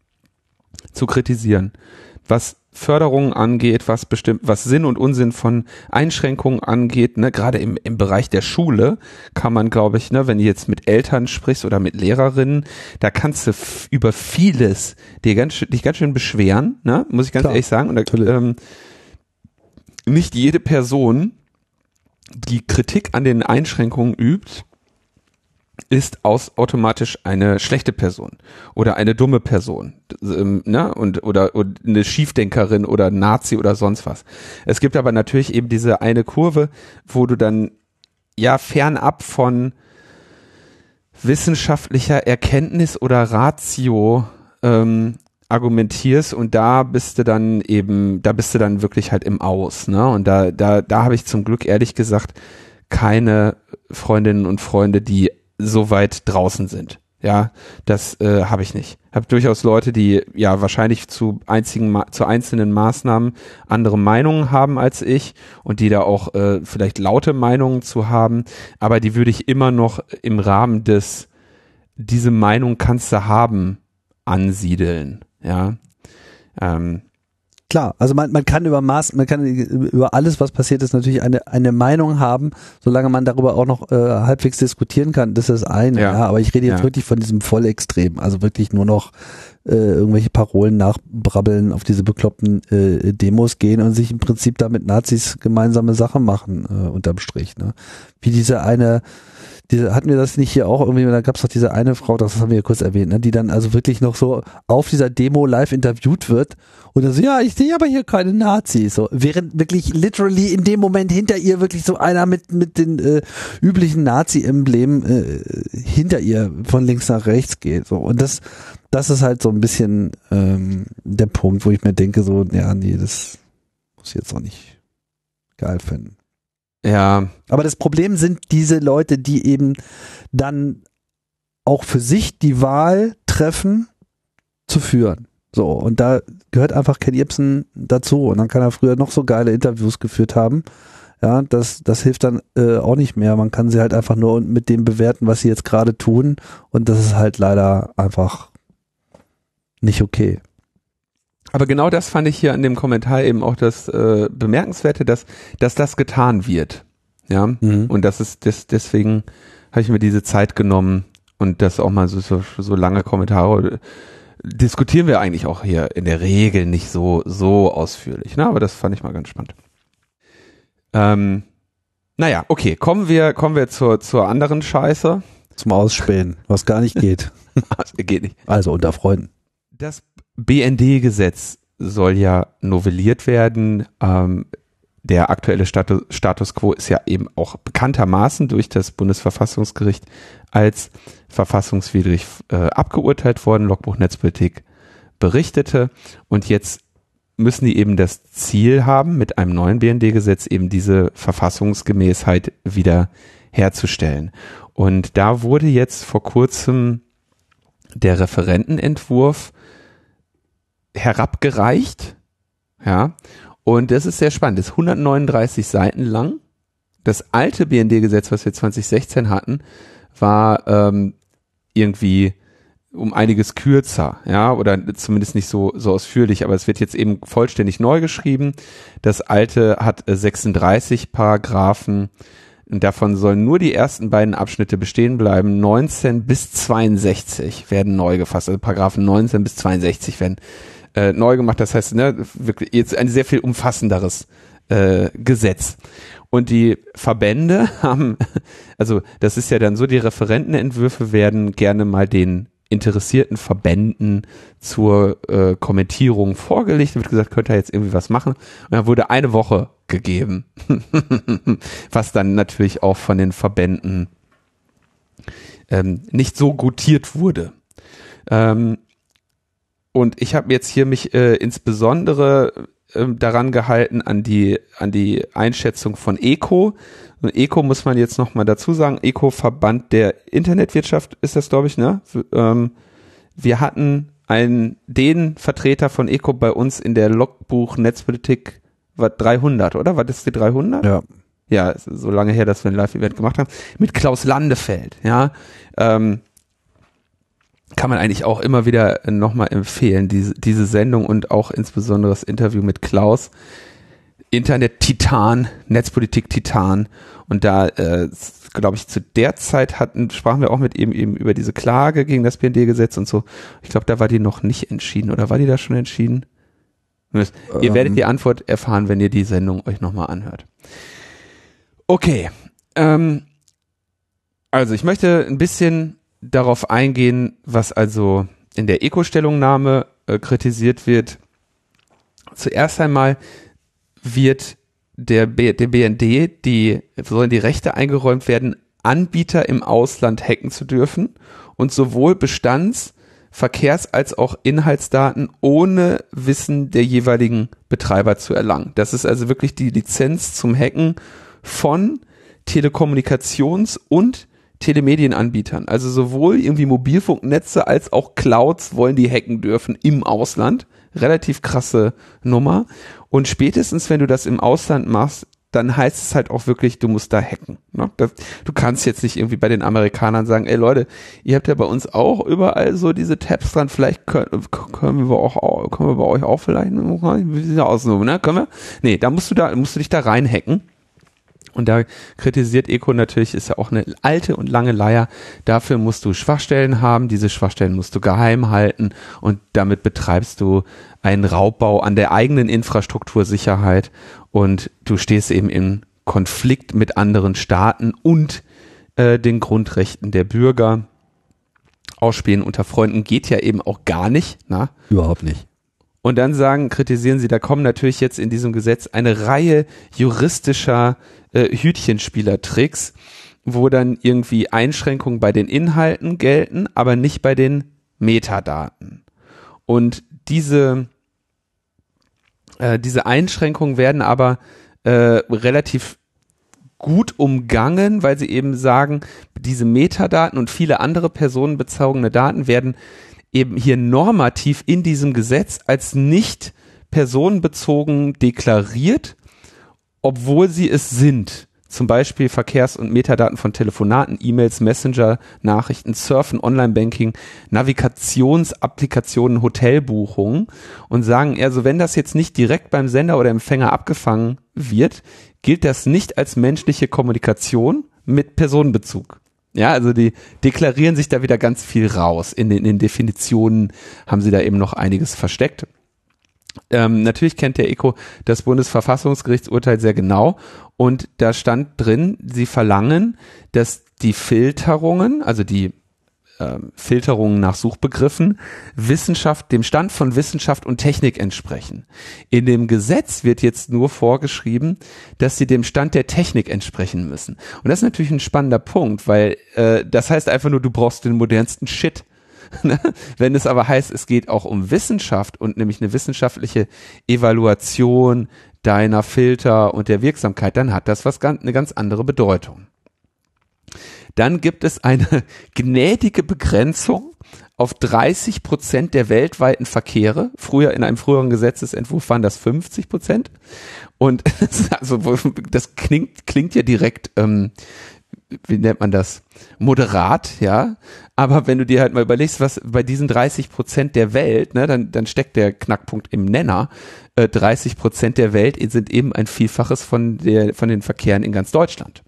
Speaker 2: zu kritisieren, was Förderungen angeht, was bestimmt, was Sinn und Unsinn von Einschränkungen angeht, ne, gerade im, im Bereich der Schule kann man, glaube ich, ne, wenn du jetzt mit Eltern sprichst oder mit Lehrerinnen, da kannst du f- über vieles dir ganz, dich ganz schön beschweren, ne, muss ich ganz Klar, ehrlich sagen, und da, ähm, nicht jede Person, die Kritik an den Einschränkungen übt, ist aus automatisch eine schlechte Person oder eine dumme Person, ähm, ne, und oder, oder eine Schiefdenkerin oder Nazi oder sonst was. Es gibt aber natürlich eben diese eine Kurve, wo du dann ja fernab von wissenschaftlicher Erkenntnis oder Ratio ähm, argumentierst, und da bist du dann eben, da bist du dann wirklich halt im Aus, ne? Und da, da, da habe ich zum Glück ehrlich gesagt keine Freundinnen und Freunde, die so weit draußen sind. Ja, das äh, habe ich nicht. Habe durchaus Leute, die ja wahrscheinlich zu einzigen, zu einzelnen Maßnahmen andere Meinungen haben als ich und die da auch äh, vielleicht laute Meinungen zu haben, aber die würde ich immer noch im Rahmen des diese Meinung kannst du haben ansiedeln. Ja, ähm,
Speaker 1: Klar, also man, man kann über Maß, man kann über alles, was passiert ist, natürlich eine eine Meinung haben, solange man darüber auch noch äh, halbwegs diskutieren kann. Das ist das eine. Ja, ja, aber ich rede jetzt ja. wirklich von diesem Vollextrem, also wirklich nur noch äh, irgendwelche Parolen nachbrabbeln, auf diese bekloppten äh, Demos gehen und sich im Prinzip da mit Nazis gemeinsame Sache machen äh, unterm Strich. Ne? Wie diese eine Diese, hatten wir das nicht hier auch irgendwie, da gab es doch diese eine Frau, das haben wir ja kurz erwähnt, ne, die dann also wirklich noch so auf dieser Demo live interviewt wird und dann so, ja, ich sehe aber hier keine Nazis, so, während wirklich literally in dem Moment hinter ihr wirklich so einer mit mit den äh, üblichen Nazi-Emblemen äh, hinter ihr von links nach rechts geht, so, und das das ist halt so ein bisschen ähm, der Punkt, wo ich mir denke, so, ja, nee, das muss ich jetzt auch nicht geil finden.
Speaker 2: Ja.
Speaker 1: Aber das Problem sind diese Leute, die eben dann auch für sich die Wahl treffen, zu führen. So, und da gehört einfach Ken Jebsen dazu. Und dann kann er früher noch so geile Interviews geführt haben. Ja, das, das hilft dann äh, auch nicht mehr. Man kann sie halt einfach nur mit dem bewerten, was sie jetzt gerade tun. Und das ist halt leider einfach nicht okay.
Speaker 2: Aber genau das fand ich hier an dem Kommentar eben auch das äh, Bemerkenswerte, dass, dass das getan wird. Ja, mhm. Und das ist das, deswegen habe ich mir diese Zeit genommen und das auch mal so, so, so lange Kommentare diskutieren wir eigentlich auch hier in der Regel nicht so, so ausführlich. Ne? Aber das fand ich mal ganz spannend. Ähm, naja, okay, kommen wir, kommen wir zur, zur anderen Scheiße.
Speaker 1: Zum Ausspähen, was gar nicht geht.
Speaker 2: Geht nicht.
Speaker 1: Also unter Freunden.
Speaker 2: Das B N D-Gesetz soll ja novelliert werden. Ähm, der aktuelle Status, Status quo ist ja eben auch bekanntermaßen durch das Bundesverfassungsgericht als verfassungswidrig äh, abgeurteilt worden, Logbuch Netzpolitik berichtete. Und jetzt müssen die eben das Ziel haben, mit einem neuen B N D-Gesetz eben diese Verfassungsgemäßheit wieder herzustellen. Und da wurde jetzt vor kurzem der Referentenentwurf herabgereicht, ja, und das ist sehr spannend, das ist hundertneununddreißig Seiten lang. Das alte B N D-Gesetz, was wir zwanzig sechzehn hatten, war ähm, irgendwie um einiges kürzer, ja, oder zumindest nicht so so ausführlich, aber es wird jetzt eben vollständig neu geschrieben. Das alte hat äh, sechsunddreißig Paragraphen. Und davon sollen nur die ersten beiden Abschnitte bestehen bleiben. neunzehn bis zweiundsechzig werden neu gefasst. Also Paragraphen neunzehn bis zweiundsechzig werden äh, neu gemacht. Das heißt, ne, wirklich jetzt ein sehr viel umfassenderes äh, Gesetz. Und die Verbände haben, also das ist ja dann so, die Referentenentwürfe werden gerne mal den interessierten Verbänden zur äh, Kommentierung vorgelegt. Da wird gesagt, könnt ihr jetzt irgendwie was machen? Und dann wurde eine Woche gegeben, was dann natürlich auch von den Verbänden ähm, nicht so gutiert wurde. Ähm, und ich habe jetzt hier mich äh, insbesondere äh, daran gehalten an die, an die Einschätzung von E C O. Und E C O muss man jetzt nochmal dazu sagen, E C O, Verband der Internetwirtschaft ist das, glaube ich, ne? Ähm, wir hatten einen, den Vertreter von E C O bei uns in der Logbuch Netzpolitik, war dreihundert, oder? War das die dreihundert?
Speaker 1: Ja.
Speaker 2: Ja, so lange her, dass wir ein Live-Event gemacht haben. Mit Klaus Landefeld, ja. Ähm, kann man eigentlich auch immer wieder nochmal empfehlen, diese, diese Sendung und auch insbesondere das Interview mit Klaus. Internet-Titan, Netzpolitik-Titan. Und da, äh, glaube ich, zu der Zeit hatten, sprachen wir auch mit ihm eben über diese Klage gegen das B N D-Gesetz und so. Ich glaube, da war die noch nicht entschieden. Oder war die da schon entschieden? Ihr
Speaker 1: ähm.
Speaker 2: werdet die Antwort erfahren, wenn ihr die Sendung euch nochmal anhört. Okay. Ähm, also ich möchte ein bisschen darauf eingehen, was also in der E C O-Stellungnahme äh, kritisiert wird. Zuerst einmal wird der, B, der B N D, die sollen die Rechte eingeräumt werden, Anbieter im Ausland hacken zu dürfen und sowohl Bestands-, Verkehrs- als auch Inhaltsdaten ohne Wissen der jeweiligen Betreiber zu erlangen. Das ist also wirklich die Lizenz zum Hacken von Telekommunikations- und Telemedienanbietern. Also sowohl irgendwie Mobilfunknetze als auch Clouds wollen die hacken dürfen im Ausland. Relativ krasse Nummer. Und spätestens, wenn du das im Ausland machst, dann heißt es halt auch wirklich, du musst da hacken. Ne? Das, du kannst jetzt nicht irgendwie bei den Amerikanern sagen, ey Leute, ihr habt ja bei uns auch überall so diese Tabs dran, vielleicht können, können wir auch, können wir bei euch auch vielleicht, wie sieht das aus, ne? Können wir? Nee, da musst du da, musst du dich da reinhacken. Und da kritisiert E C O natürlich, ist ja auch eine alte und lange Leier, dafür musst du Schwachstellen haben, diese Schwachstellen musst du geheim halten und damit betreibst du einen Raubbau an der eigenen Infrastruktursicherheit und du stehst eben in Konflikt mit anderen Staaten und äh, den Grundrechten der Bürger. Ausspielen unter Freunden geht ja eben auch gar nicht. Na?
Speaker 1: Überhaupt nicht.
Speaker 2: Und dann sagen, kritisieren sie, da kommen natürlich jetzt in diesem Gesetz eine Reihe juristischer äh, Hütchenspielertricks, wo dann irgendwie Einschränkungen bei den Inhalten gelten, aber nicht bei den Metadaten. Und diese, äh, diese Einschränkungen werden aber äh, relativ gut umgangen, weil sie eben sagen, diese Metadaten und viele andere personenbezogene Daten werden eben hier normativ in diesem Gesetz als nicht personenbezogen deklariert, obwohl sie es sind. Zum Beispiel Verkehrs- und Metadaten von Telefonaten, E-Mails, Messenger, Nachrichten, Surfen, Online-Banking, Navigationsapplikationen, Hotelbuchungen und sagen, also wenn das jetzt nicht direkt beim Sender oder Empfänger abgefangen wird, gilt das nicht als menschliche Kommunikation mit Personenbezug. Ja, also die deklarieren sich da wieder ganz viel raus. In den, in den Definitionen haben sie da eben noch einiges versteckt. Ähm, natürlich kennt der E C O das Bundesverfassungsgerichtsurteil sehr genau und da stand drin, sie verlangen, dass die Filterungen, also die ähm, Filterungen nach Suchbegriffen, Wissenschaft, dem Stand von Wissenschaft und Technik entsprechen. In dem Gesetz wird jetzt nur vorgeschrieben, dass sie dem Stand der Technik entsprechen müssen. Und das ist natürlich ein spannender Punkt, weil äh, das heißt einfach nur, du brauchst den modernsten Shit. Wenn es aber heißt, es geht auch um Wissenschaft und nämlich eine wissenschaftliche Evaluation deiner Filter und der Wirksamkeit, dann hat das was ganz, eine ganz andere Bedeutung. Dann gibt es eine gnädige Begrenzung auf dreißig Prozent der weltweiten Verkehre. Früher, in einem früheren Gesetzesentwurf waren das fünfzig Prozent. Und also, das klingt, klingt ja direkt, ähm, wie nennt man das? Moderat, ja. Aber wenn du dir halt mal überlegst, was bei diesen dreißig Prozent der Welt, ne, dann, dann steckt der Knackpunkt im Nenner. Äh, dreißig Prozent der Welt sind eben ein Vielfaches von der, von den Verkehren in ganz Deutschland.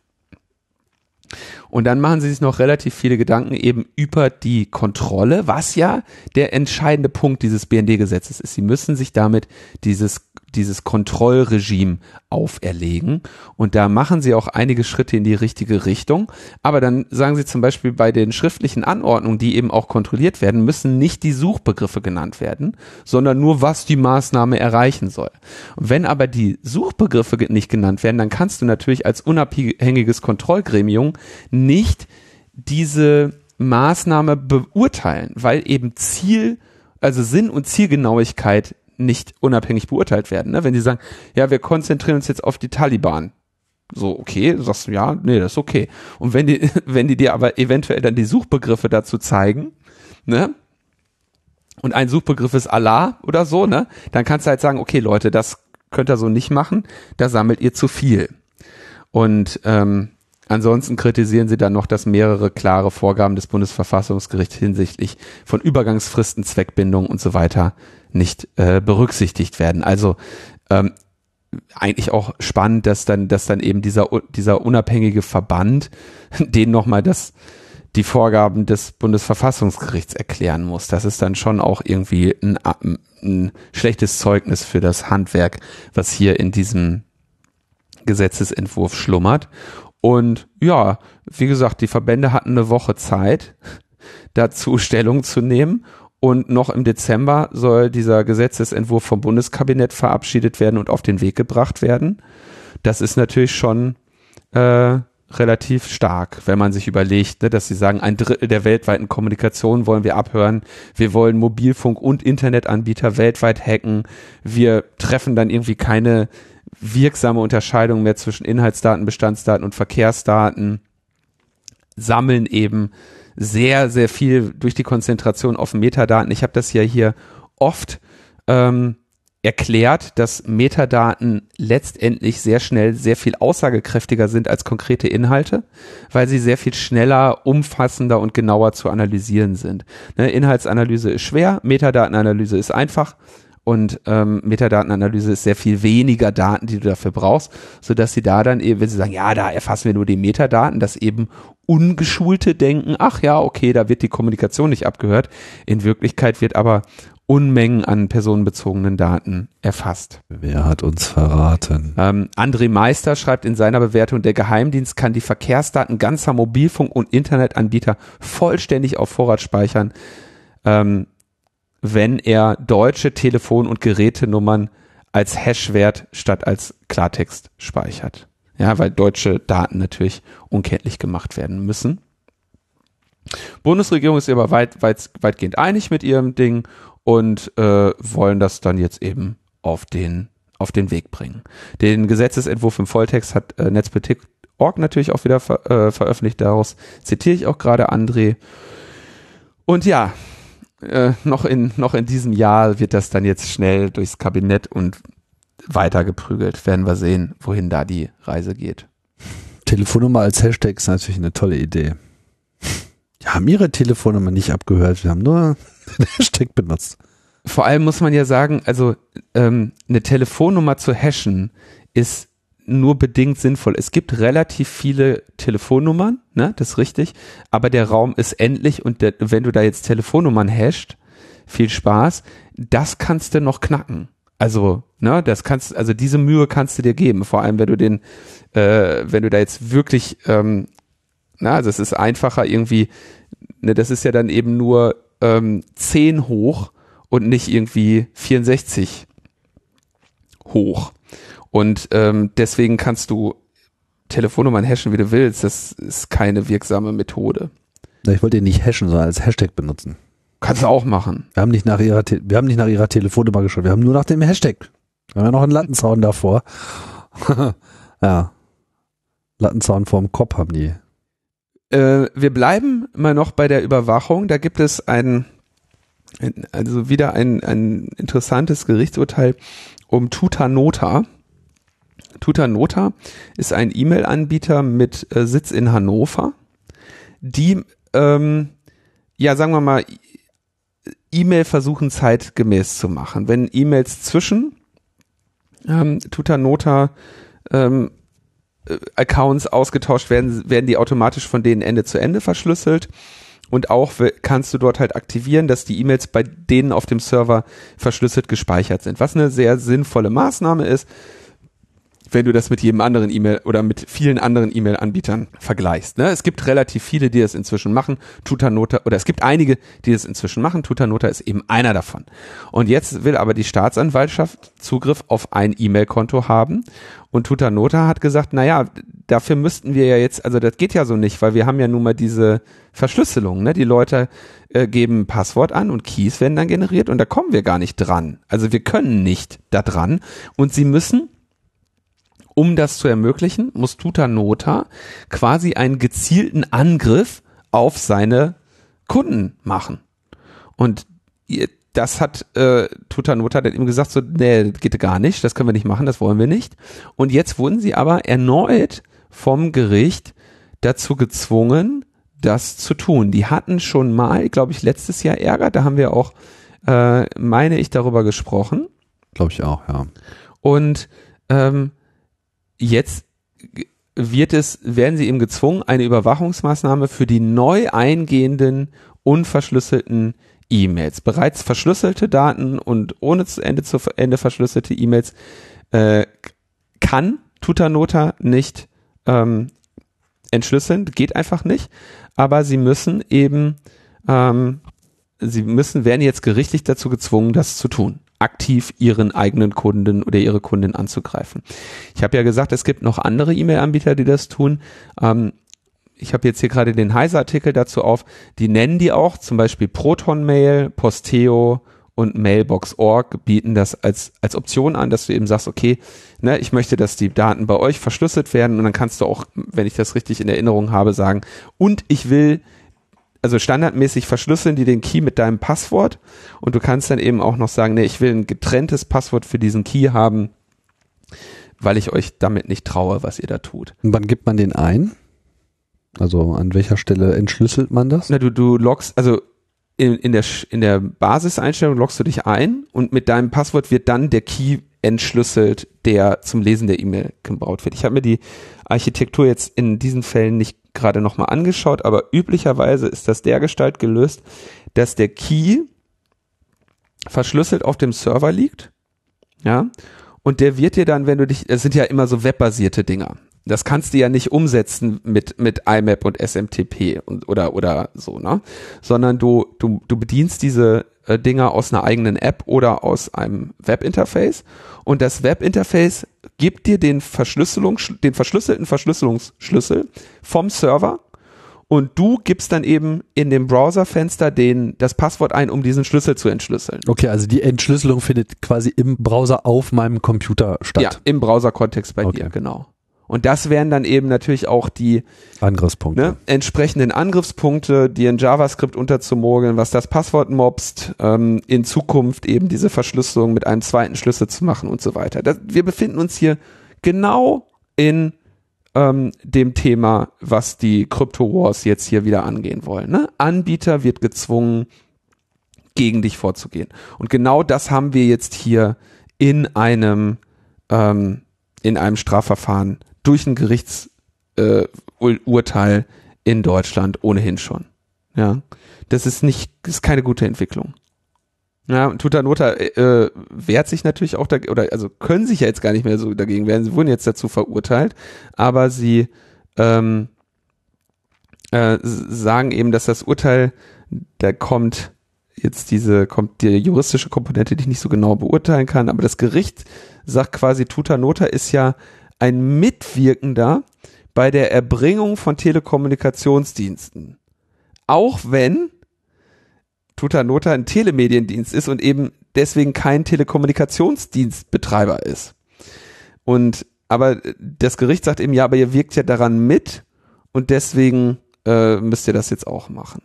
Speaker 2: Und dann machen sie sich noch relativ viele Gedanken eben über die Kontrolle, was ja der entscheidende Punkt dieses B N D-Gesetzes ist. Sie müssen sich damit dieses dieses Kontrollregime auferlegen und da machen sie auch einige Schritte in die richtige Richtung, aber dann sagen sie zum Beispiel bei den schriftlichen Anordnungen, die eben auch kontrolliert werden, müssen nicht die Suchbegriffe genannt werden, sondern nur, was die Maßnahme erreichen soll. Und wenn aber die Suchbegriffe nicht genannt werden, dann kannst du natürlich als unabhängiges Kontrollgremium nicht diese Maßnahme beurteilen, weil eben Ziel, also Sinn und Zielgenauigkeit nicht unabhängig beurteilt werden. Ne? Wenn die sagen, ja, wir konzentrieren uns jetzt auf die Taliban. So, okay, du sagst, ja, nee, das ist okay. Und wenn die, wenn die dir aber eventuell dann die Suchbegriffe dazu zeigen, ne? Und ein Suchbegriff ist Allah oder so, ne? Dann kannst du halt sagen, okay, Leute, das könnt ihr so nicht machen, da sammelt ihr zu viel. Und ähm, ansonsten kritisieren sie dann noch, dass mehrere klare Vorgaben des Bundesverfassungsgerichts hinsichtlich von Übergangsfristen, Zweckbindung und so weiter nicht äh, berücksichtigt werden. Also ähm, eigentlich auch spannend, dass dann, dass dann eben dieser dieser unabhängige Verband den nochmal das die Vorgaben des Bundesverfassungsgerichts erklären muss. Das ist dann schon auch irgendwie ein, ein schlechtes Zeugnis für das Handwerk, was hier in diesem Gesetzesentwurf schlummert. Und ja, wie gesagt, die Verbände hatten eine Woche Zeit, dazu Stellung zu nehmen. Und noch im Dezember soll dieser Gesetzesentwurf vom Bundeskabinett verabschiedet werden und auf den Weg gebracht werden. Das ist natürlich schon äh, relativ stark, wenn man sich überlegt, ne, dass sie sagen, ein Drittel der weltweiten Kommunikation wollen wir abhören, wir wollen Mobilfunk- und Internetanbieter weltweit hacken, wir treffen dann irgendwie keine wirksame Unterscheidung mehr zwischen Inhaltsdaten, Bestandsdaten und Verkehrsdaten, sammeln eben sehr, sehr viel durch die Konzentration auf Metadaten. Ich habe das ja hier oft ähm, erklärt, dass Metadaten letztendlich sehr schnell sehr viel aussagekräftiger sind als konkrete Inhalte, weil sie sehr viel schneller, umfassender und genauer zu analysieren sind. Ne, Inhaltsanalyse ist schwer, Metadatenanalyse ist einfach und ähm, Metadatenanalyse ist sehr viel weniger Daten, die du dafür brauchst, sodass sie da dann eben, wenn sie sagen, ja, da erfassen wir nur die Metadaten, dass eben Ungeschulte denken, ach ja, okay, da wird die Kommunikation nicht abgehört. In Wirklichkeit wird aber Unmengen an personenbezogenen Daten erfasst.
Speaker 1: Wer hat uns verraten?
Speaker 2: Ähm, André Meister schreibt in seiner Bewertung, der Geheimdienst kann die Verkehrsdaten ganzer Mobilfunk- und Internetanbieter vollständig auf Vorrat speichern, ähm, wenn er deutsche Telefon- und Gerätenummern als Hashwert statt als Klartext speichert. Ja, weil deutsche Daten natürlich unkenntlich gemacht werden müssen. Bundesregierung ist aber weit, weit, weitgehend einig mit ihrem Ding und äh, wollen das dann jetzt eben auf den auf den Weg bringen. Den Gesetzesentwurf im Volltext hat äh, Netzpolitik Punkt org natürlich auch wieder ver, äh, veröffentlicht. Daraus zitiere ich auch gerade André. Und ja, äh, noch in noch in diesem Jahr wird das dann jetzt schnell durchs Kabinett und weitergeprügelt. Werden wir sehen, wohin da die Reise geht.
Speaker 1: Telefonnummer als Hashtag ist natürlich eine tolle Idee. Wir haben ihre Telefonnummer nicht abgehört, wir haben nur den Hashtag benutzt.
Speaker 2: Vor allem muss man ja sagen, also ähm, eine Telefonnummer zu hashen ist nur bedingt sinnvoll. Es gibt relativ viele Telefonnummern, ne, das ist richtig, aber der Raum ist endlich und der, wenn du da jetzt Telefonnummern hasht, viel Spaß, das kannst du noch knacken. Also, ne, das kannst, also diese Mühe kannst du dir geben, vor allem wenn du den, äh, wenn du da jetzt wirklich, ähm, na, also es ist einfacher irgendwie, ne, das ist ja dann eben nur ähm, zehn hoch und nicht irgendwie vierundsechzig hoch. Und ähm, deswegen kannst du Telefonnummern hashen, wie du willst. Das ist keine wirksame Methode.
Speaker 1: Ich wollte ihn nicht hashen, sondern als Hashtag benutzen.
Speaker 2: Kannst du auch machen.
Speaker 1: Wir haben nicht nach ihrer, Te- wir haben nicht nach ihrer Telefonnummer geschaut. Wir haben nur nach dem Hashtag. Wir haben ja noch einen Lattenzaun davor. Ja. Lattenzaun vorm Kopf haben die.
Speaker 2: Äh, wir bleiben mal noch bei der Überwachung. Da gibt es ein, ein also wieder ein, ein interessantes Gerichtsurteil um Tutanota. Tutanota ist ein E-Mail-Anbieter mit äh, Sitz in Hannover, die, ähm, ja, sagen wir mal, E-Mail versuchen zeitgemäß zu machen. Wenn E-Mails zwischen ähm, Tutanota ähm, Accounts ausgetauscht werden, werden die automatisch von denen Ende zu Ende verschlüsselt. Und auch kannst du dort halt aktivieren, dass die E-Mails bei denen auf dem Server verschlüsselt gespeichert sind, was eine sehr sinnvolle Maßnahme ist. wenn du das mit jedem anderen E-Mail oder mit vielen anderen E-Mail-Anbietern vergleichst. Ne? Es gibt relativ viele, die das inzwischen machen. Tutanota, oder es gibt einige, die das inzwischen machen. Tutanota ist eben einer davon. Und jetzt will aber die Staatsanwaltschaft Zugriff auf ein E-Mail-Konto haben. Und Tutanota hat gesagt, naja, dafür müssten wir ja jetzt, also das geht ja so nicht, weil wir haben ja nun mal diese Verschlüsselung. Ne? Die Leute äh, geben ein Passwort an und Keys werden dann generiert und da kommen wir gar nicht dran. Also wir können nicht da dran. Und sie müssen, um das zu ermöglichen, muss Tutanota quasi einen gezielten Angriff auf seine Kunden machen. Und das hat äh, Tutanota dann ihm gesagt, so, nee, das geht gar nicht, das können wir nicht machen, das wollen wir nicht. Und jetzt wurden sie aber erneut vom Gericht dazu gezwungen, das zu tun. Die hatten schon mal, glaube ich, letztes Jahr Ärger, da haben wir auch, äh, meine ich, darüber gesprochen.
Speaker 1: Glaube ich auch, ja.
Speaker 2: Und ähm, jetzt wird es, werden sie eben gezwungen, eine Überwachungsmaßnahme für die neu eingehenden, unverschlüsselten E-Mails. Bereits verschlüsselte Daten und ohne zu Ende zu Ende verschlüsselte E-Mails äh, kann Tutanota nicht ähm, entschlüsseln, geht einfach nicht. Aber sie müssen eben, ähm, sie müssen, werden jetzt gerichtlich dazu gezwungen, das zu tun. Aktiv ihren eigenen Kunden oder ihre Kundin anzugreifen. Ich habe ja gesagt, es gibt noch andere E-Mail-Anbieter, die das tun. Ähm, ich habe jetzt hier gerade den Heise-Artikel dazu auf. Die nennen die auch, zum Beispiel Proton-Mail, Posteo und Mailbox Punkt org bieten das als als Option an, dass du eben sagst, okay, ne, ich möchte, dass die Daten bei euch verschlüsselt werden und dann kannst du auch, wenn ich das richtig in Erinnerung habe, sagen, und ich will also standardmäßig verschlüsseln die den Key mit deinem Passwort und du kannst dann eben auch noch sagen, nee, ich will ein getrenntes Passwort für diesen Key haben, weil ich euch damit nicht traue, was ihr da tut.
Speaker 1: Und wann gibt man den ein? Also an welcher Stelle entschlüsselt man das?
Speaker 2: Na, du, du loggst, also in, in der, in der Basiseinstellung loggst du dich ein und mit deinem Passwort wird dann der Key entschlüsselt, der zum Lesen der E-Mail gebraucht wird. Ich habe mir die Architektur jetzt in diesen Fällen nicht gerade nochmal angeschaut, aber üblicherweise ist das dergestalt gelöst, dass der Key verschlüsselt auf dem Server liegt, ja, und der wird dir dann, wenn du dich, es sind ja immer so webbasierte Dinger, das kannst du ja nicht umsetzen mit mit I M A P und S M T P und oder oder so, ne, sondern du du du bedienst diese äh, Dinger aus einer eigenen App oder aus einem Webinterface und das Webinterface gibt dir den Verschlüsselung den verschlüsselten Verschlüsselungsschlüssel vom Server und du gibst dann eben in dem Browserfenster den das Passwort ein, um diesen Schlüssel zu entschlüsseln.
Speaker 1: Okay, also die Entschlüsselung findet quasi im Browser auf meinem Computer statt.
Speaker 2: Ja, im Browser-Kontext bei okay. dir, genau. Und das wären dann eben natürlich auch die
Speaker 1: Angriffspunkte.
Speaker 2: Ne, entsprechenden Angriffspunkte, dir in JavaScript unterzumogeln, was das Passwort mobst, ähm, in Zukunft eben diese Verschlüsselung mit einem zweiten Schlüssel zu machen und so weiter. Das, wir befinden uns hier genau in ähm, dem Thema, was die Crypto Wars jetzt hier wieder angehen wollen. Ne? Anbieter wird gezwungen, gegen dich vorzugehen. Und genau das haben wir jetzt hier in einem ähm, in einem Strafverfahren durch ein Gerichtsurteil äh, in Deutschland ohnehin schon. Ja, das ist nicht, das ist keine gute Entwicklung. Ja, und Tutanota äh, wehrt sich natürlich auch, da, oder also können sich ja jetzt gar nicht mehr so dagegen wehren. Sie wurden jetzt dazu verurteilt, aber sie ähm, äh, sagen eben, dass das Urteil, da kommt jetzt diese, kommt die juristische Komponente, die ich nicht so genau beurteilen kann, aber das Gericht sagt quasi, Tutanota ist ja ein Mitwirkender bei der Erbringung von Telekommunikationsdiensten. Auch wenn Tutanota ein Telemediendienst ist und eben deswegen kein Telekommunikationsdienstbetreiber ist. Und aber das Gericht sagt eben, ja, aber ihr wirkt ja daran mit und deswegen äh, müsst ihr das jetzt auch machen.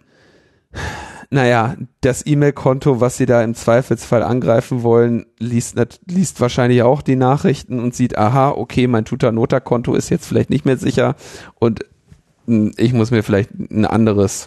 Speaker 2: Naja, das E-Mail-Konto, was sie da im Zweifelsfall angreifen wollen, liest, liest wahrscheinlich auch die Nachrichten und sieht, aha, okay, mein Tutanota-Konto ist jetzt vielleicht nicht mehr sicher und ich muss mir vielleicht ein anderes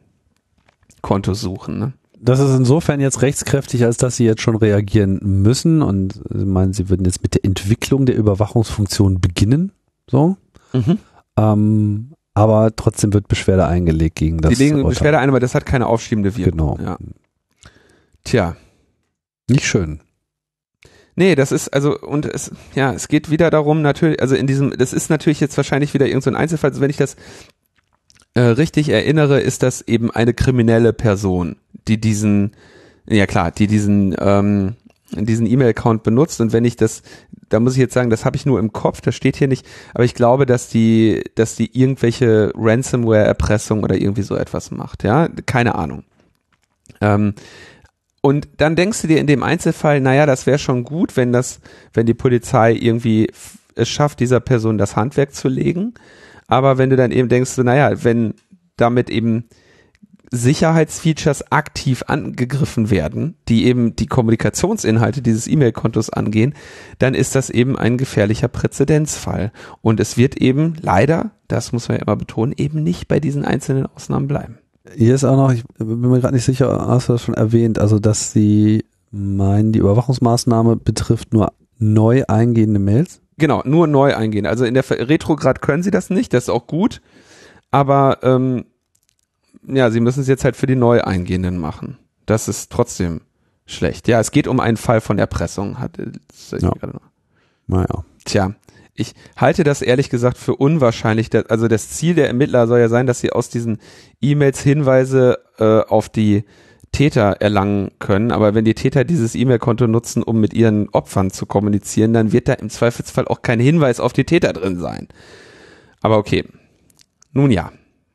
Speaker 2: Konto suchen. Ne?
Speaker 1: Das ist insofern jetzt rechtskräftig, als dass sie jetzt schon reagieren müssen und ich meine, sie würden jetzt mit der Entwicklung der Überwachungsfunktion beginnen, so. Mhm. Ähm, aber trotzdem wird Beschwerde eingelegt gegen das.
Speaker 2: Sie legen
Speaker 1: Urteil.
Speaker 2: Beschwerde ein, aber das hat keine aufschiebende Wirkung.
Speaker 1: Genau.
Speaker 2: Ja. Tja.
Speaker 1: Nicht schön.
Speaker 2: Nee, das ist also, und es, ja, es geht wieder darum, natürlich, also in diesem, das ist natürlich jetzt wahrscheinlich wieder irgend so ein Einzelfall, also wenn ich das äh, richtig erinnere, ist das eben eine kriminelle Person, die diesen, ja klar, die diesen, ähm, diesen E-Mail-Account benutzt, und wenn ich das, da muss ich jetzt sagen, das habe ich nur im Kopf, das steht hier nicht, aber ich glaube, dass die, dass die irgendwelche Ransomware-Erpressung oder irgendwie so etwas macht, ja, keine Ahnung. Ähm, Und dann denkst du dir in dem Einzelfall, naja, das wäre schon gut, wenn das, wenn die Polizei irgendwie es schafft, dieser Person das Handwerk zu legen. Aber wenn du dann eben denkst, naja, wenn damit eben Sicherheitsfeatures aktiv angegriffen werden, die eben die Kommunikationsinhalte dieses E-Mail-Kontos angehen, dann ist das eben ein gefährlicher Präzedenzfall. Und es wird eben leider, das muss man ja immer betonen, eben nicht bei diesen einzelnen Ausnahmen bleiben.
Speaker 1: Hier ist auch noch, ich bin mir gerade nicht sicher, hast du das schon erwähnt, also dass sie meinen, die Überwachungsmaßnahme betrifft nur neu eingehende Mails?
Speaker 2: Genau, nur neu eingehen. Also in der Retrograd können sie das nicht, das ist auch gut, aber ähm, ja, sie müssen es jetzt halt für die neu eingehenden machen. Das ist trotzdem schlecht. Ja, es geht um einen Fall von Erpressung. Hat, das
Speaker 1: ja.
Speaker 2: gerade noch.
Speaker 1: Naja.
Speaker 2: Tja. Ich halte das ehrlich gesagt für unwahrscheinlich. Also das Ziel der Ermittler soll ja sein, dass sie aus diesen E-Mails Hinweise äh, auf die Täter erlangen können. Aber wenn die Täter dieses E-Mail-Konto nutzen, um mit ihren Opfern zu kommunizieren, dann wird da im Zweifelsfall auch kein Hinweis auf die Täter drin sein. Aber okay. Nun ja.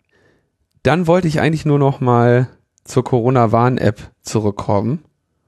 Speaker 2: Dann wollte ich eigentlich nur noch mal zur Corona-Warn-App zurückkommen,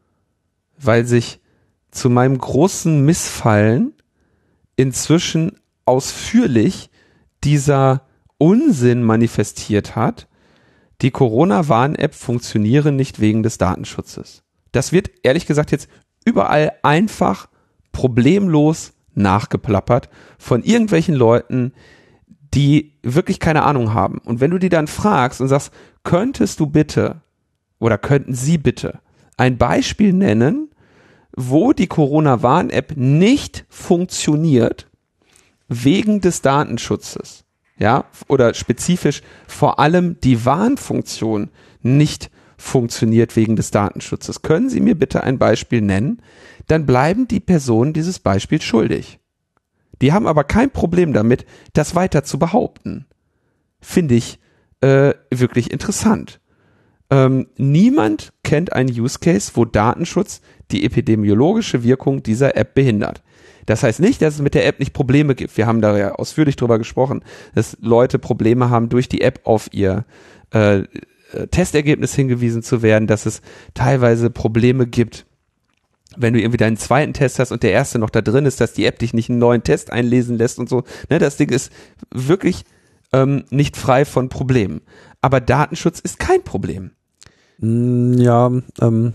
Speaker 2: weil sich zu meinem großen Missfallen inzwischen ausführlich dieser Unsinn manifestiert hat, die Corona-Warn-App funktioniere nicht wegen des Datenschutzes. Das wird ehrlich gesagt jetzt überall einfach problemlos nachgeplappert von irgendwelchen Leuten, die wirklich keine Ahnung haben. Und wenn du die dann fragst und sagst, könntest du bitte oder könnten Sie bitte ein Beispiel nennen, wo die Corona-Warn-App nicht funktioniert wegen des Datenschutzes, ja, oder spezifisch vor allem die Warnfunktion nicht funktioniert wegen des Datenschutzes. Können Sie mir bitte ein Beispiel nennen? Dann bleiben die Personen dieses Beispiel schuldig. Die haben aber kein Problem damit, das weiter zu behaupten. Finde ich äh, wirklich interessant. Ähm, niemand kennt einen Use Case, wo Datenschutz die epidemiologische Wirkung dieser App behindert. Das heißt nicht, dass es mit der App nicht Probleme gibt. Wir haben da ja ausführlich drüber gesprochen, dass Leute Probleme haben, durch die App auf ihr äh, Testergebnis hingewiesen zu werden, dass es teilweise Probleme gibt, wenn du irgendwie deinen zweiten Test hast und der erste noch da drin ist, dass die App dich nicht einen neuen Test einlesen lässt und so. Ne, das Ding ist wirklich ähm, nicht frei von Problemen. Aber Datenschutz ist kein Problem.
Speaker 1: Ja, ähm,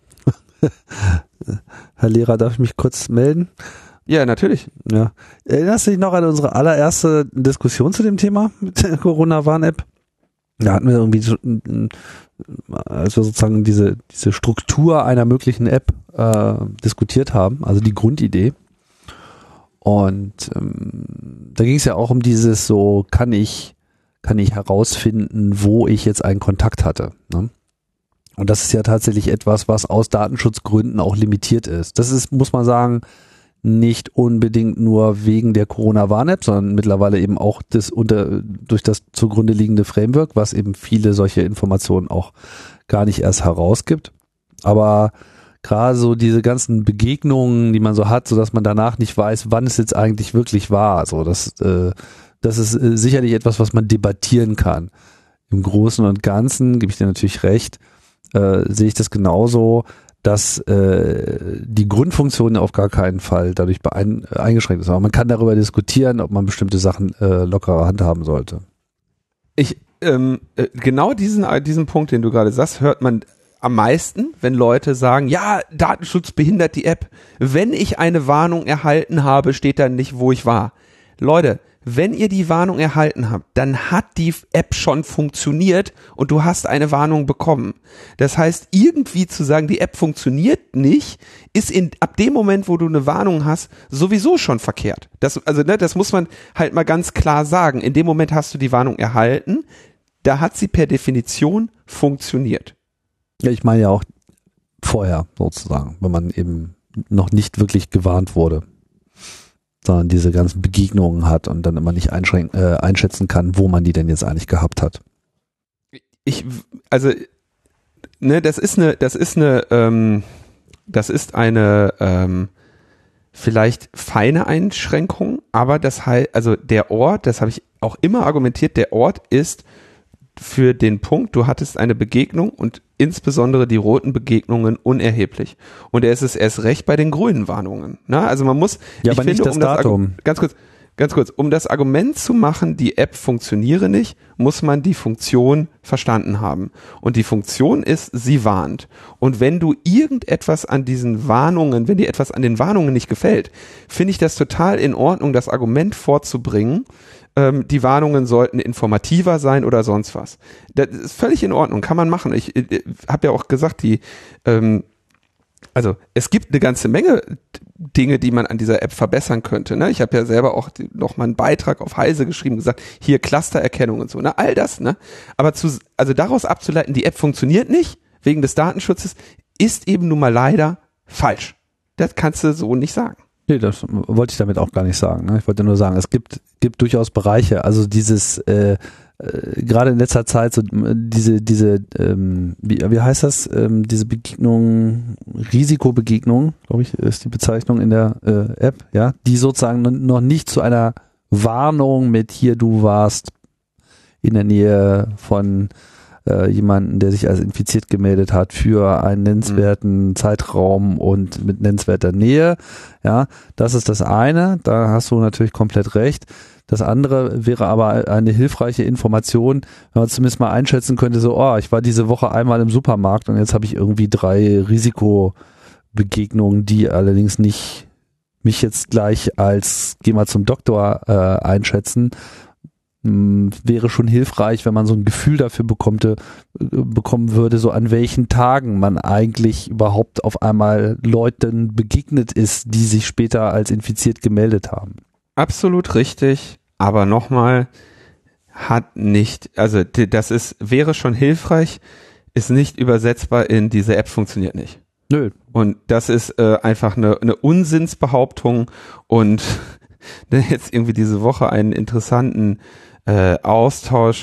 Speaker 1: Herr Lehrer, darf ich mich kurz melden?
Speaker 2: Ja, natürlich.
Speaker 1: Ja. Erinnerst du dich noch an unsere allererste Diskussion zu dem Thema mit der Corona-Warn-App? Da hatten wir irgendwie, als wir sozusagen diese, diese Struktur einer möglichen App äh, diskutiert haben, also die Grundidee. Und ähm, da ging es ja auch um dieses so, kann ich, kann ich herausfinden, wo ich jetzt einen Kontakt hatte, ne? Und das ist ja tatsächlich etwas, was aus Datenschutzgründen auch limitiert ist. Das ist, muss man sagen, nicht unbedingt nur wegen der Corona-Warn-App, sondern mittlerweile eben auch das unter, durch das zugrunde liegende Framework, was eben viele solche Informationen auch gar nicht erst herausgibt. Aber gerade so diese ganzen Begegnungen, die man so hat, so dass man danach nicht weiß, wann es jetzt eigentlich wirklich war. So, das, äh, das ist äh, sicherlich etwas, was man debattieren kann. Im Großen und Ganzen, gebe ich dir natürlich recht, äh, sehe ich das genauso, dass äh, die Grundfunktion auf gar keinen Fall dadurch beein- äh, eingeschränkt ist. Aber man kann darüber diskutieren, ob man bestimmte Sachen äh, lockerer handhaben sollte.
Speaker 2: Ich ähm, äh, genau diesen diesen Punkt, den du gerade sagst, hört man am meisten, wenn Leute sagen, ja, Datenschutz behindert die App. Wenn ich eine Warnung erhalten habe, steht da nicht, wo ich war. Leute, wenn ihr die Warnung erhalten habt, dann hat die App schon funktioniert und du hast eine Warnung bekommen. Das heißt, irgendwie zu sagen, die App funktioniert nicht, ist in, ab dem Moment, wo du eine Warnung hast, sowieso schon verkehrt. Das, also, ne, das muss man halt mal ganz klar sagen. In dem Moment hast du die Warnung erhalten, da hat sie per Definition funktioniert.
Speaker 1: Ja, ich meine ja auch vorher sozusagen, wenn man eben noch nicht wirklich gewarnt wurde, sondern diese ganzen Begegnungen hat und dann immer nicht einschränken, äh, einschätzen kann, wo man die denn jetzt eigentlich gehabt hat.
Speaker 2: Ich, also, ne, das ist eine, das ist eine, ähm, das ist eine, ähm, vielleicht feine Einschränkung, aber das heißt, also der Ort, das habe ich auch immer argumentiert, der Ort ist für den Punkt, du hattest eine Begegnung und insbesondere die roten Begegnungen unerheblich. Und er ist es erst recht bei den grünen Warnungen. Na, also man muss,
Speaker 1: ja,
Speaker 2: ich
Speaker 1: aber
Speaker 2: finde,
Speaker 1: nicht das
Speaker 2: um das
Speaker 1: Datum.
Speaker 2: Argu- ganz kurz, ganz kurz, um das Argument zu machen, die App funktioniere nicht, muss man die Funktion verstanden haben. Und die Funktion ist, sie warnt. Und wenn du irgendetwas an diesen Warnungen, wenn dir etwas an den Warnungen nicht gefällt, finde ich das total in Ordnung, das Argument vorzubringen, ähm, die Warnungen sollten informativer sein oder sonst was. Das ist völlig in Ordnung, kann man machen. Ich, ich habe ja auch gesagt, die ähm, also es gibt eine ganze Menge Dinge, die man an dieser App verbessern könnte. Ne? Ich habe ja selber auch noch mal einen Beitrag auf Heise geschrieben, gesagt, hier Clustererkennung und so, ne? All das, ne? Aber zu, also daraus abzuleiten, die App funktioniert nicht wegen des Datenschutzes, ist eben nun mal leider falsch. Das kannst du so nicht sagen.
Speaker 1: Nee, das wollte ich damit auch gar nicht sagen. Ne? Ich wollte nur sagen, es gibt, gibt durchaus Bereiche, also dieses, äh, äh, gerade in letzter Zeit, so diese, diese, ähm, wie, wie heißt das, ähm, diese Begegnung, Risikobegegnung, glaube ich, ist die Bezeichnung in der äh, App, ja, die sozusagen noch nicht zu einer Warnung mit hier, du warst in der Nähe von äh, jemanden, der sich als infiziert gemeldet hat für einen nennenswerten mhm. Zeitraum und mit nennenswerter Nähe. Ja, das ist das eine. Da hast du natürlich komplett recht. Das andere wäre aber eine hilfreiche Information, wenn man zumindest mal einschätzen könnte, so, oh, ich war diese Woche einmal im Supermarkt und jetzt habe ich irgendwie drei Risikobegegnungen, die allerdings nicht mich jetzt gleich als geh mal zum Doktor äh, einschätzen. Wäre schon hilfreich, wenn man so ein Gefühl dafür bekommte, bekommen würde, so an welchen Tagen man eigentlich überhaupt auf einmal Leuten begegnet ist, die sich später als infiziert gemeldet haben.
Speaker 2: Absolut richtig, aber nochmal, hat nicht, also das ist, wäre schon hilfreich, ist nicht übersetzbar in diese App funktioniert nicht.
Speaker 1: Nö.
Speaker 2: Und das ist äh, einfach eine, eine Unsinnsbehauptung und jetzt irgendwie diese Woche einen interessanten äh, Austausch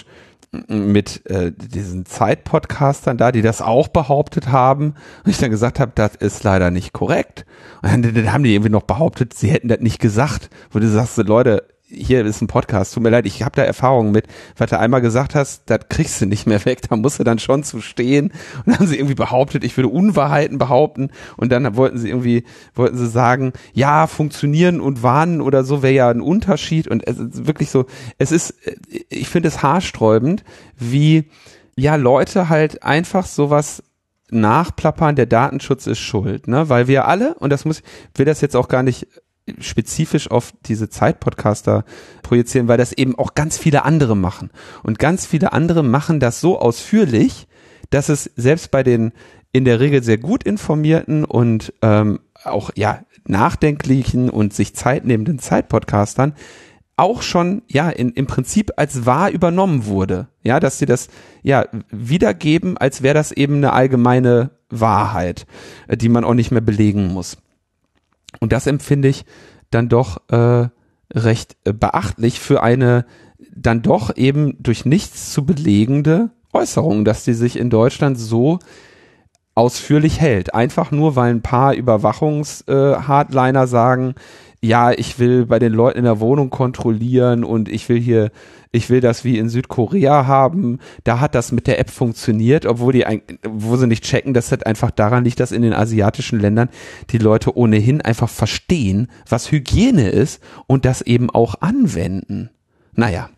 Speaker 2: mit äh, diesen Zeitpodcastern da, die das auch behauptet haben. Und ich dann gesagt habe, das ist leider nicht korrekt. Und dann, dann haben die irgendwie noch behauptet, sie hätten das nicht gesagt. Wo du sagst, Leute, hier ist ein Podcast, tut mir leid, ich habe da Erfahrungen mit, was du einmal gesagt hast, das kriegst du nicht mehr weg, da musst du dann schon zu stehen. Und dann haben sie irgendwie behauptet, ich würde Unwahrheiten behaupten und dann wollten sie irgendwie, wollten sie sagen, ja, funktionieren und warnen oder so wäre ja ein Unterschied und es ist wirklich so, es ist, ich finde es haarsträubend, wie, ja, Leute halt einfach sowas nachplappern, der Datenschutz ist schuld, ne, weil wir alle, und das muss, will das jetzt auch gar nicht spezifisch auf diese Zeitpodcaster projizieren, weil das eben auch ganz viele andere machen. Und ganz viele andere machen das so ausführlich, dass es selbst bei den in der Regel sehr gut informierten und ähm, auch ja nachdenklichen und sich Zeit nehmenden Zeitpodcastern auch schon ja in, im Prinzip als wahr übernommen wurde. Ja, dass sie das ja wiedergeben, als wäre das eben eine allgemeine Wahrheit, die man auch nicht mehr belegen muss. Und das empfinde ich dann doch äh, recht äh, beachtlich für eine dann doch eben durch nichts zu belegende Äußerung, dass die sich in Deutschland so ausführlich hält. Einfach nur, weil ein paar Überwachungs-Hardliner äh, sagen, ja, ich will bei den Leuten in der Wohnung kontrollieren und ich will hier, ich will das wie in Südkorea haben. Da hat das mit der App funktioniert, obwohl die, wo sie nicht checken, dass das einfach daran liegt, dass in den asiatischen Ländern die Leute ohnehin einfach verstehen, was Hygiene ist und das eben auch anwenden. Naja.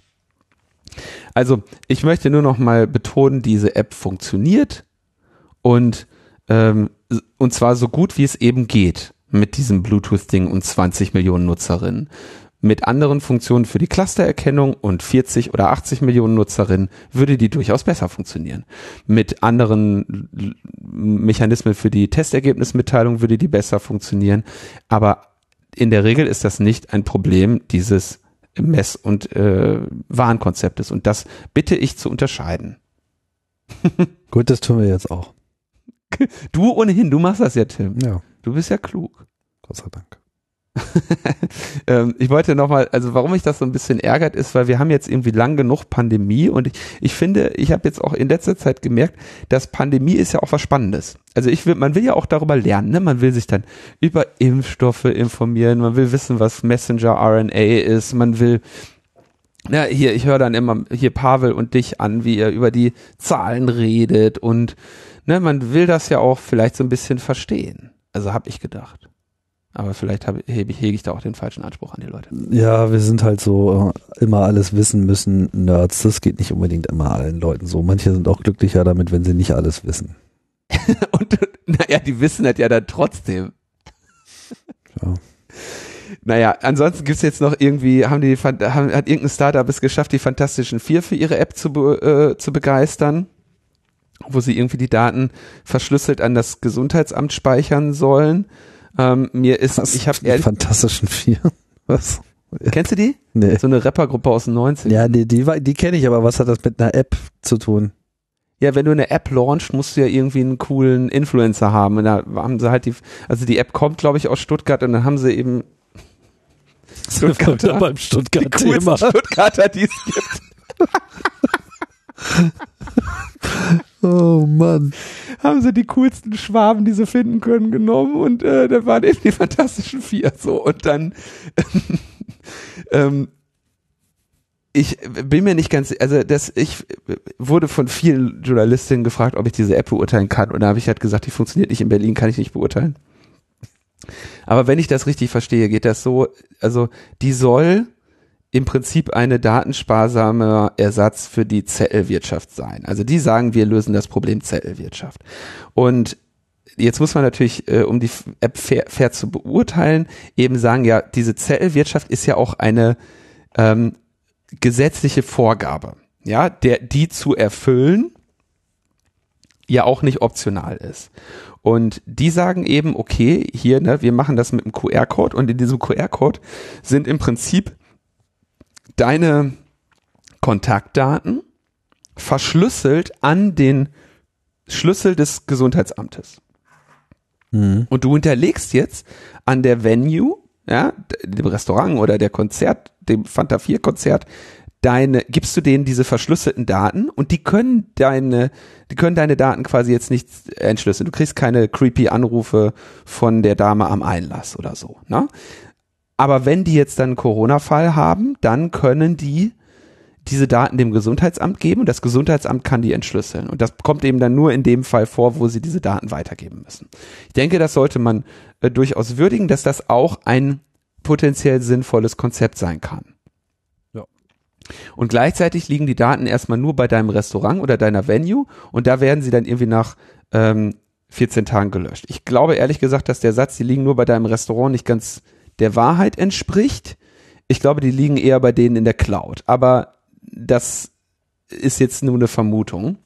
Speaker 2: Also, ich möchte nur noch mal betonen, diese App funktioniert und, ähm, und zwar so gut, wie es eben geht. Mit diesem Bluetooth-Ding und zwanzig Millionen Nutzerinnen. Mit anderen Funktionen für die Clustererkennung und vierzig oder achtzig Millionen Nutzerinnen würde die durchaus besser funktionieren. Mit anderen Mechanismen für die Testergebnismitteilung würde die besser funktionieren. Aber in der Regel ist das nicht ein Problem dieses Mess- und äh, Warnkonzeptes. Und das bitte ich zu unterscheiden.
Speaker 1: Gut, das tun wir jetzt auch.
Speaker 2: Du ohnehin, du machst das ja, Tim.
Speaker 1: Ja.
Speaker 2: Du bist ja klug.
Speaker 1: Gott sei Dank.
Speaker 2: ähm, ich wollte nochmal, also warum mich das so ein bisschen ärgert, ist, weil wir haben jetzt irgendwie lang genug Pandemie und ich, ich finde, ich habe jetzt auch in letzter Zeit gemerkt, dass Pandemie ist ja auch was Spannendes. Also ich will, man will ja auch darüber lernen, ne? Man will sich dann über Impfstoffe informieren, man will wissen, was Messenger R N A ist, man will, ja, hier, ich höre dann immer hier Pavel und dich an, wie ihr über die Zahlen redet und ne, man will das ja auch vielleicht so ein bisschen verstehen. Also habe ich gedacht. Aber vielleicht habe, hege, hege ich da auch den falschen Anspruch an die Leute.
Speaker 1: Ja, wir sind halt so äh, immer alles wissen müssen Nerds. Das geht nicht unbedingt immer allen Leuten so. Manche sind auch glücklicher damit, wenn sie nicht alles wissen.
Speaker 2: Und naja, die wissen das ja dann trotzdem.
Speaker 1: Ja.
Speaker 2: Naja, ansonsten gibt's jetzt noch irgendwie, haben die, haben, hat irgendein Startup es geschafft, die Fantastischen Vier für ihre App zu, be, äh, zu begeistern, wo sie irgendwie die Daten verschlüsselt an das Gesundheitsamt speichern sollen. Ähm, mir ist,
Speaker 1: Was?
Speaker 2: ich habe
Speaker 1: Die Fantastischen Vier. Was?
Speaker 2: Kennst du die?
Speaker 1: Nee.
Speaker 2: So eine Rappergruppe aus den neunzigern.
Speaker 1: Ja, die, die, die kenne ich, aber was hat das mit einer App zu tun?
Speaker 2: Ja, wenn du eine App launchst, musst du ja irgendwie einen coolen Influencer haben. Und da haben sie halt die, also die App kommt, glaube ich, aus Stuttgart und dann haben sie eben
Speaker 1: Stuttgarter, beim Stuttgart-Thema.
Speaker 2: Die Stuttgarter, die es gibt.
Speaker 1: Oh Mann.
Speaker 2: Haben sie die coolsten Schwaben, die sie finden können, genommen und äh, da waren eben die Fantastischen Vier so und dann ähm, ich bin mir nicht ganz, also das, ich wurde von vielen Journalistinnen gefragt, ob ich diese App beurteilen kann und da habe ich halt gesagt, die funktioniert nicht in Berlin, kann ich nicht beurteilen. Aber wenn ich das richtig verstehe, geht das so, also die soll im Prinzip eine datensparsame Ersatz für die Zettelwirtschaft sein. Also die sagen, wir lösen das Problem Zettelwirtschaft. Und jetzt muss man natürlich, äh, um die App fair, fair zu beurteilen, eben sagen, ja, diese Zettelwirtschaft ist ja auch eine ähm, gesetzliche Vorgabe, ja, der die zu erfüllen ja auch nicht optional ist. Und die sagen eben, okay, hier, ne, wir machen das mit einem Q R-Code und in diesem Q R-Code sind im Prinzip deine Kontaktdaten verschlüsselt an den Schlüssel des Gesundheitsamtes. Mhm. Und du hinterlegst jetzt an der Venue, ja, dem Restaurant oder der Konzert, dem Fanta vier Konzert, deine, gibst du denen diese verschlüsselten Daten und die können deine, die können deine Daten quasi jetzt nicht entschlüsseln. Du kriegst keine creepy Anrufe von der Dame am Einlass oder so, ne? Aber wenn die jetzt dann einen Corona-Fall haben, dann können die diese Daten dem Gesundheitsamt geben und das Gesundheitsamt kann die entschlüsseln. Und das kommt eben dann nur in dem Fall vor, wo sie diese Daten weitergeben müssen. Ich denke, das sollte man äh, durchaus würdigen, dass das auch ein potenziell sinnvolles Konzept sein kann.
Speaker 1: Ja.
Speaker 2: Und gleichzeitig liegen die Daten erstmal nur bei deinem Restaurant oder deiner Venue und da werden sie dann irgendwie nach ähm, vierzehn Tagen gelöscht. Ich glaube ehrlich gesagt, dass der Satz, die liegen nur bei deinem Restaurant, nicht ganz der Wahrheit entspricht. Ich glaube, die liegen eher bei denen in der Cloud. Aber das ist jetzt nur eine Vermutung.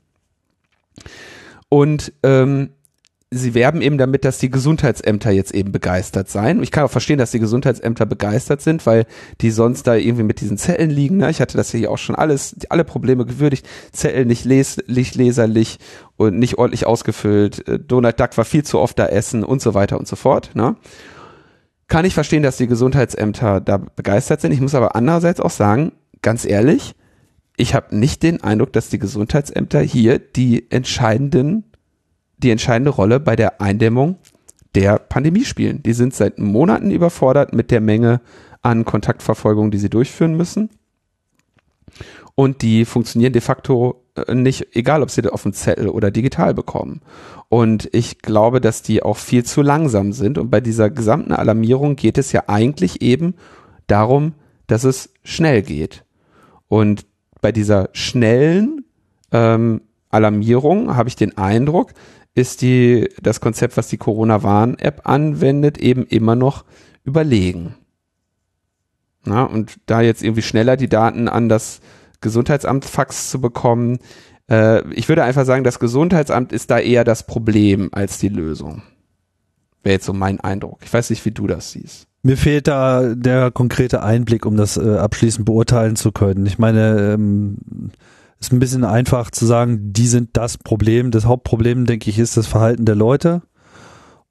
Speaker 2: Und ähm, sie werben eben damit, dass die Gesundheitsämter jetzt eben begeistert seien. Ich kann auch verstehen, dass die Gesundheitsämter begeistert sind, weil die sonst da irgendwie mit diesen Zetteln liegen. Ne? Ich hatte das hier auch schon alles, alle Probleme gewürdigt. Zettel nicht, les, nicht leserlich und nicht ordentlich ausgefüllt. Donald Duck war viel zu oft da essen und so weiter und so fort. Ne? Kann ich verstehen, dass die Gesundheitsämter da begeistert sind. Ich muss aber andererseits auch sagen, ganz ehrlich, ich habe nicht den Eindruck, dass die Gesundheitsämter hier die entscheidenden, die entscheidende Rolle bei der Eindämmung der Pandemie spielen. Die sind seit Monaten überfordert mit der Menge an Kontaktverfolgung, die sie durchführen müssen. Und die funktionieren de facto nicht, egal ob sie das auf dem Zettel oder digital bekommen. Und ich glaube, dass die auch viel zu langsam sind. Und bei dieser gesamten Alarmierung geht es ja eigentlich eben darum, dass es schnell geht. Und bei dieser schnellen ähm, Alarmierung habe ich den Eindruck, ist die das Konzept, was die Corona-Warn-App anwendet, eben immer noch überlegen. Na, und da jetzt irgendwie schneller die Daten an das Gesundheitsamt Fax zu bekommen, äh, ich würde einfach sagen, das Gesundheitsamt ist da eher das Problem als die Lösung. Wäre jetzt so mein Eindruck. Ich weiß nicht, wie du das siehst.
Speaker 1: Mir fehlt da der konkrete Einblick, um das äh, abschließend beurteilen zu können. Ich meine, ähm, ist ein bisschen einfach zu sagen, die sind das Problem. Das Hauptproblem, denke ich, ist das Verhalten der Leute.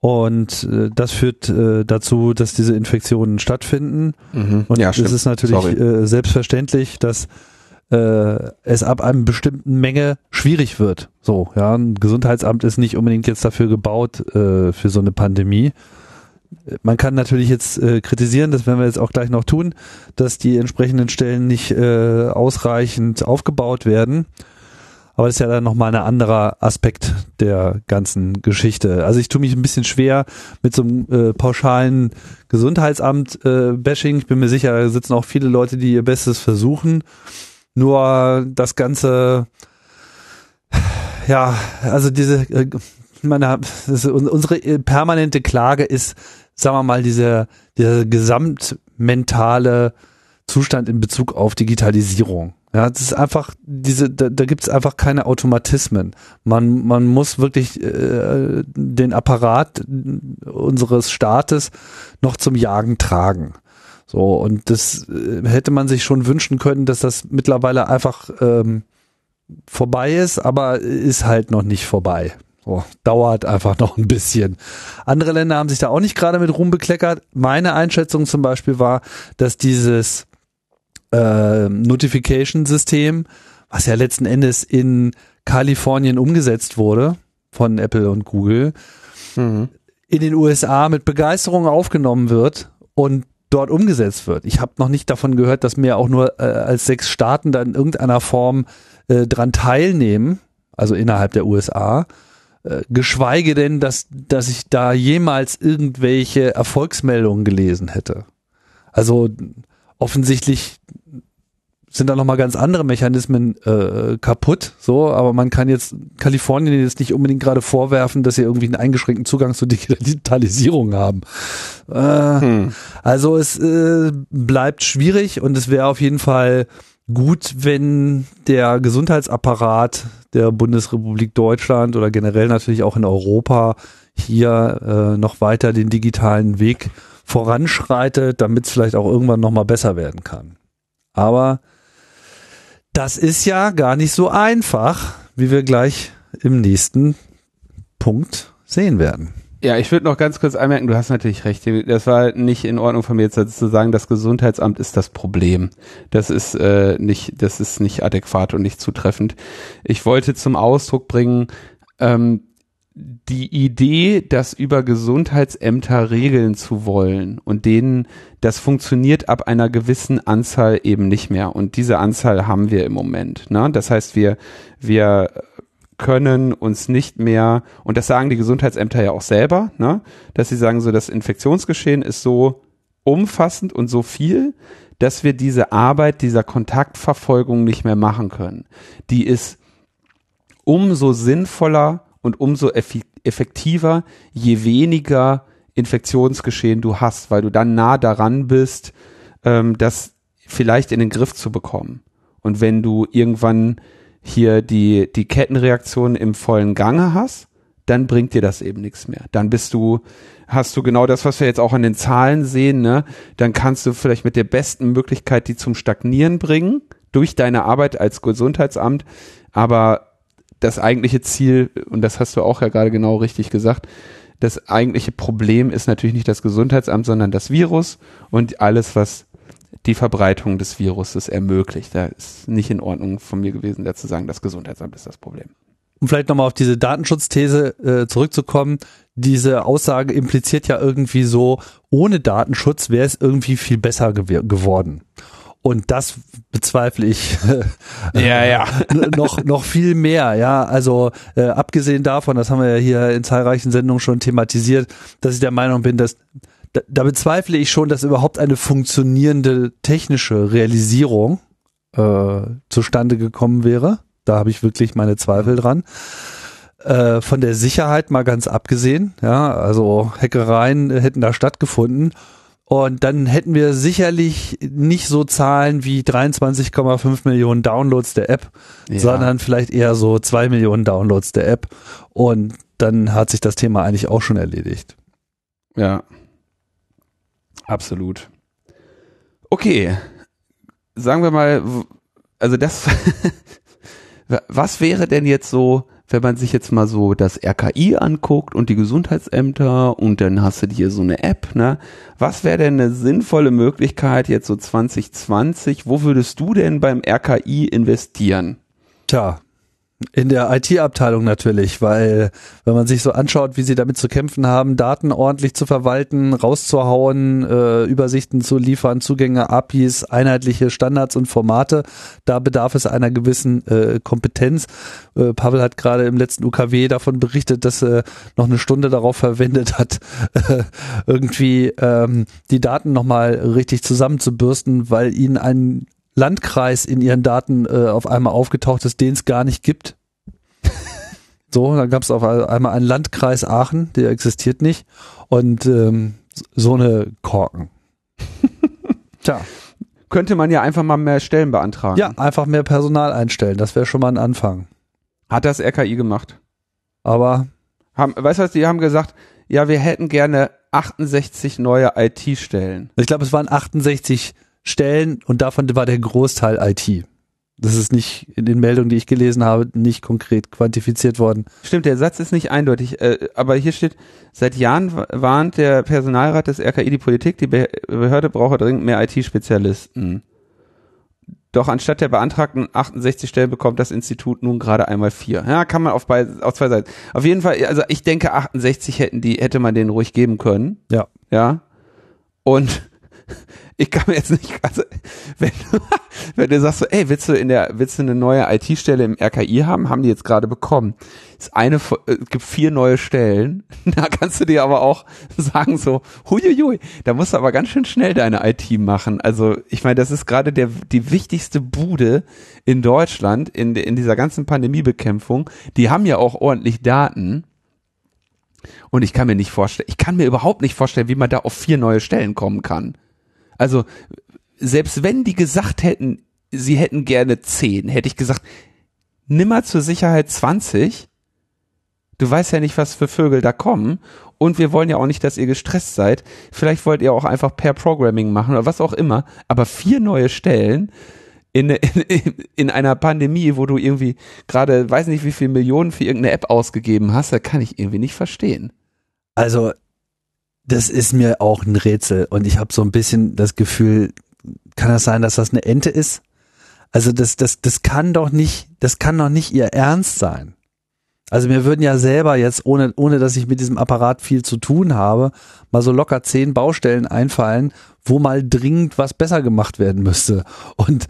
Speaker 1: Und äh, das führt äh, dazu, dass diese Infektionen stattfinden.
Speaker 2: Mhm.
Speaker 1: Und
Speaker 2: ja,
Speaker 1: es
Speaker 2: stimmt.
Speaker 1: ist natürlich äh, selbstverständlich, dass äh, es ab einem bestimmten Menge schwierig wird. So, ja, ein Gesundheitsamt ist nicht unbedingt jetzt dafür gebaut äh, für so eine Pandemie. Man kann natürlich jetzt äh, kritisieren, das werden wir jetzt auch gleich noch tun, dass die entsprechenden Stellen nicht äh, ausreichend aufgebaut werden. Aber das ist ja dann nochmal ein anderer Aspekt der ganzen Geschichte. Also ich tue mich ein bisschen schwer mit so einem äh, pauschalen Gesundheitsamt-Bashing. Äh, ich bin mir sicher, da sitzen auch viele Leute, die ihr Bestes versuchen. Nur das Ganze, ja, also diese, äh, meine, das, unsere permanente Klage ist, sagen wir mal, dieser, dieser gesamtmentale Zustand in Bezug auf Digitalisierung. Ja, das ist einfach diese, da, da gibt es einfach keine Automatismen. Man, man muss wirklich äh, den Apparat unseres Staates noch zum Jagen tragen. So, und das äh, hätte man sich schon wünschen können, dass das mittlerweile einfach ähm, vorbei ist, aber ist halt noch nicht vorbei. So, dauert einfach noch ein bisschen. Andere Länder haben sich da auch nicht gerade mit Ruhm bekleckert. Meine Einschätzung zum Beispiel war, dass dieses Äh, Notification-System, was ja letzten Endes in Kalifornien umgesetzt wurde von Apple und Google, mhm. in den U S A mit Begeisterung aufgenommen wird und dort umgesetzt wird. Ich habe noch nicht davon gehört, dass mehr auch nur äh, als sechs Staaten da in irgendeiner Form äh, dran teilnehmen, also innerhalb der U S A, äh, geschweige denn, dass, dass ich da jemals irgendwelche Erfolgsmeldungen gelesen hätte. Also offensichtlich sind da nochmal ganz andere Mechanismen äh, kaputt, so, aber man kann jetzt Kalifornien jetzt nicht unbedingt gerade vorwerfen, dass sie irgendwie einen eingeschränkten Zugang zur Digitalisierung haben. Äh, hm. Also es äh, bleibt schwierig und es wäre auf jeden Fall gut, wenn der Gesundheitsapparat der Bundesrepublik Deutschland oder generell natürlich auch in Europa hier äh, noch weiter den digitalen Weg voranschreitet, damit es vielleicht auch irgendwann nochmal besser werden kann. Aber das ist ja gar nicht so einfach, wie wir gleich im nächsten Punkt sehen werden.
Speaker 2: Ja, ich würde noch ganz kurz anmerken, du hast natürlich recht, das war nicht in Ordnung von mir jetzt zu sagen, das Gesundheitsamt ist das Problem. Das ist äh, nicht, das ist nicht adäquat und nicht zutreffend. Ich wollte zum Ausdruck bringen, ähm, die Idee, das über Gesundheitsämter regeln zu wollen und denen, das funktioniert ab einer gewissen Anzahl eben nicht mehr und diese Anzahl haben wir im Moment. Ne? Das heißt, wir, wir können uns nicht mehr, und das sagen die Gesundheitsämter ja auch selber, ne? Dass sie sagen, so das Infektionsgeschehen ist so umfassend und so viel, dass wir diese Arbeit dieser Kontaktverfolgung nicht mehr machen können. Die ist umso sinnvoller und umso effektiver, je weniger Infektionsgeschehen du hast, weil du dann nah daran bist, ähm, das vielleicht in den Griff zu bekommen. Und wenn du irgendwann hier die, die Kettenreaktion im vollen Gange hast, dann bringt dir das eben nichts mehr. Dann bist du, hast du genau das, was wir jetzt auch an den Zahlen sehen, ne? Dann kannst du vielleicht mit der besten Möglichkeit die zum Stagnieren bringen, durch deine Arbeit als Gesundheitsamt, aber das eigentliche Ziel, und das hast du auch ja gerade genau richtig gesagt, das eigentliche Problem ist natürlich nicht das Gesundheitsamt, sondern das Virus und alles, was die Verbreitung des Viruses ermöglicht. Da ist nicht in Ordnung von mir gewesen, da zu sagen, das Gesundheitsamt ist das Problem.
Speaker 1: Um vielleicht nochmal auf diese Datenschutzthese äh, zurückzukommen, diese Aussage impliziert ja irgendwie so, ohne Datenschutz wäre es irgendwie viel besser gew- geworden. Und das bezweifle ich äh,
Speaker 2: ja, ja.
Speaker 1: noch noch viel mehr. Ja, also äh, abgesehen davon, das haben wir ja hier in zahlreichen Sendungen schon thematisiert, dass ich der Meinung bin, dass da, da bezweifle ich schon, dass überhaupt eine funktionierende technische Realisierung äh, zustande gekommen wäre. Da habe ich wirklich meine Zweifel dran. Äh, von der Sicherheit mal ganz abgesehen. Ja, also Hackereien hätten da stattgefunden. Und dann hätten wir sicherlich nicht so Zahlen wie dreiundzwanzig Komma fünf Millionen Downloads der App, ja, sondern vielleicht eher so zwei Millionen Downloads der App. Und dann hat sich das Thema eigentlich auch schon erledigt.
Speaker 2: Ja, absolut. Okay, sagen wir mal, also das, was wäre denn jetzt so, wenn man sich jetzt mal so das R K I anguckt und die Gesundheitsämter und dann hast du hier so eine App, ne? Was wäre denn eine sinnvolle Möglichkeit jetzt so zwanzig zwanzig? Wo würdest du denn beim R K I investieren?
Speaker 1: Tja, in der I T-Abteilung natürlich, weil wenn man sich so anschaut, wie sie damit zu kämpfen haben, Daten ordentlich zu verwalten, rauszuhauen, äh, Übersichten zu liefern, Zugänge, A P Is, einheitliche Standards und Formate, da bedarf es einer gewissen äh, Kompetenz. Äh, Pavel hat gerade im letzten U K W davon berichtet, dass er noch eine Stunde darauf verwendet hat, äh, irgendwie ähm, die Daten nochmal richtig zusammenzubürsten, weil ihnen ein Landkreis in ihren Daten äh, auf einmal aufgetaucht ist, den es gar nicht gibt. So, dann gab es auf einmal einen Landkreis Aachen, der existiert nicht. Und ähm, so eine Korken. Tja.
Speaker 2: Könnte man ja einfach mal mehr Stellen beantragen.
Speaker 1: Ja, einfach mehr Personal einstellen. Das wäre schon mal ein Anfang.
Speaker 2: Hat das R K I gemacht.
Speaker 1: Aber
Speaker 2: haben, weißt du was, die haben gesagt, ja, wir hätten gerne achtundsechzig neue I T-Stellen.
Speaker 1: Ich glaube, es waren achtundsechzig Stellen und davon war der Großteil I T. Das ist nicht in den Meldungen, die ich gelesen habe, nicht konkret quantifiziert worden.
Speaker 2: Stimmt, der Satz ist nicht eindeutig, äh, aber hier steht, seit Jahren warnt der Personalrat des R K I die Politik, die Behörde brauche dringend mehr I T-Spezialisten. Doch anstatt der beantragten achtundsechzig Stellen bekommt das Institut nun gerade einmal vier. Ja, kann man auf, bei, auf zwei Seiten. Auf jeden Fall, also ich denke, achtundsechzig hätten die, hätte man denen ruhig geben können.
Speaker 1: Ja.
Speaker 2: Ja. Und ich kann mir jetzt nicht, also wenn du, wenn du sagst so, ey, willst du in der, willst du eine neue I T-Stelle im R K I haben? Haben die jetzt gerade bekommen. Es eine, es gibt vier neue Stellen. Da kannst du dir aber auch sagen so, huiuiui, da musst du aber ganz schön schnell deine I T machen. Also ich meine, das ist gerade der die wichtigste Bude in Deutschland in in dieser ganzen Pandemiebekämpfung. Die haben ja auch ordentlich Daten. Und ich kann mir nicht vorstellen, ich kann mir überhaupt nicht vorstellen, wie man da auf vier neue Stellen kommen kann. Also, selbst wenn die gesagt hätten, sie hätten gerne zehn, hätte ich gesagt, nimm mal zur Sicherheit zwanzig. Du weißt ja nicht, was für Vögel da kommen. Und wir wollen ja auch nicht, dass ihr gestresst seid. Vielleicht wollt ihr auch einfach Pair Programming machen oder was auch immer. Aber vier neue Stellen in, in, in einer Pandemie, wo du irgendwie gerade, weiß nicht, wie viele Millionen für irgendeine App ausgegeben hast, da kann ich irgendwie nicht verstehen.
Speaker 1: Also, das ist mir auch ein Rätsel und ich habe so ein bisschen das Gefühl, kann das sein, dass das eine Ente ist? Also das, das, das kann doch nicht, das kann doch nicht ihr Ernst sein. Also mir würden ja selber jetzt, ohne, ohne dass ich mit diesem Apparat viel zu tun habe, mal so locker zehn Baustellen einfallen, wo mal dringend was besser gemacht werden müsste. Und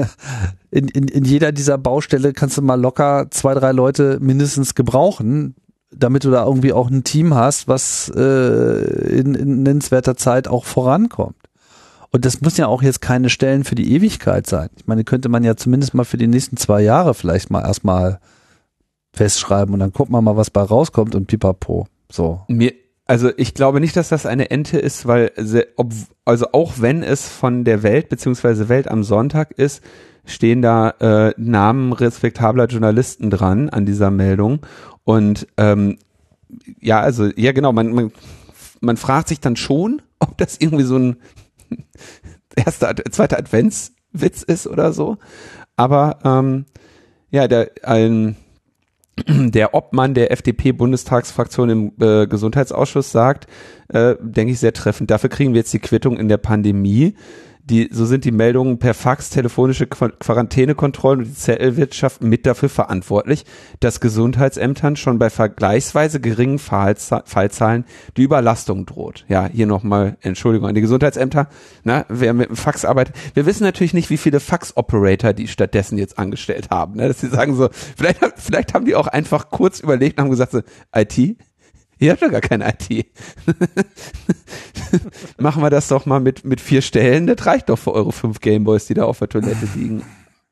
Speaker 1: in, in, in jeder dieser Baustelle kannst du mal locker zwei, drei Leute mindestens gebrauchen, damit du da irgendwie auch ein Team hast, was äh, in, in nennenswerter Zeit auch vorankommt. Und das muss ja auch jetzt keine Stellen für die Ewigkeit sein. Ich meine, könnte man ja zumindest mal für die nächsten zwei Jahre vielleicht mal erstmal festschreiben und dann gucken wir mal, was bei rauskommt und pipapo. So.
Speaker 2: Mir, also ich glaube nicht, dass das eine Ente ist, weil se, ob, also auch wenn es von der Welt beziehungsweise Welt am Sonntag ist, stehen da äh, Namen respektabler Journalisten dran an dieser Meldung. Und ähm, ja, also ja genau, man, man man fragt sich dann schon, ob das irgendwie so ein erster, zweiter Adventswitz ist oder so. Aber ähm, ja, der ein der Obmann der F D P-Bundestagsfraktion im äh, Gesundheitsausschuss sagt, äh, denke ich sehr treffend, dafür kriegen wir jetzt die Quittung in der Pandemie. Die, so sind die Meldungen per Fax, telefonische Quarantänekontrollen und die Zettelwirtschaft mit dafür verantwortlich, dass Gesundheitsämtern schon bei vergleichsweise geringen Fallzahlen die Überlastung droht. Ja, hier nochmal Entschuldigung an die Gesundheitsämter. Na, wer mit dem Fax arbeitet. Wir wissen natürlich nicht, wie viele Fax-Operator die stattdessen jetzt angestellt haben. Ne? Dass sie sagen so, vielleicht, vielleicht haben die auch einfach kurz überlegt und haben gesagt so, I T? Ihr habt doch gar kein I T. Machen wir das doch mal mit, mit vier Stellen. Das reicht doch für eure fünf Gameboys, die da auf der Toilette liegen.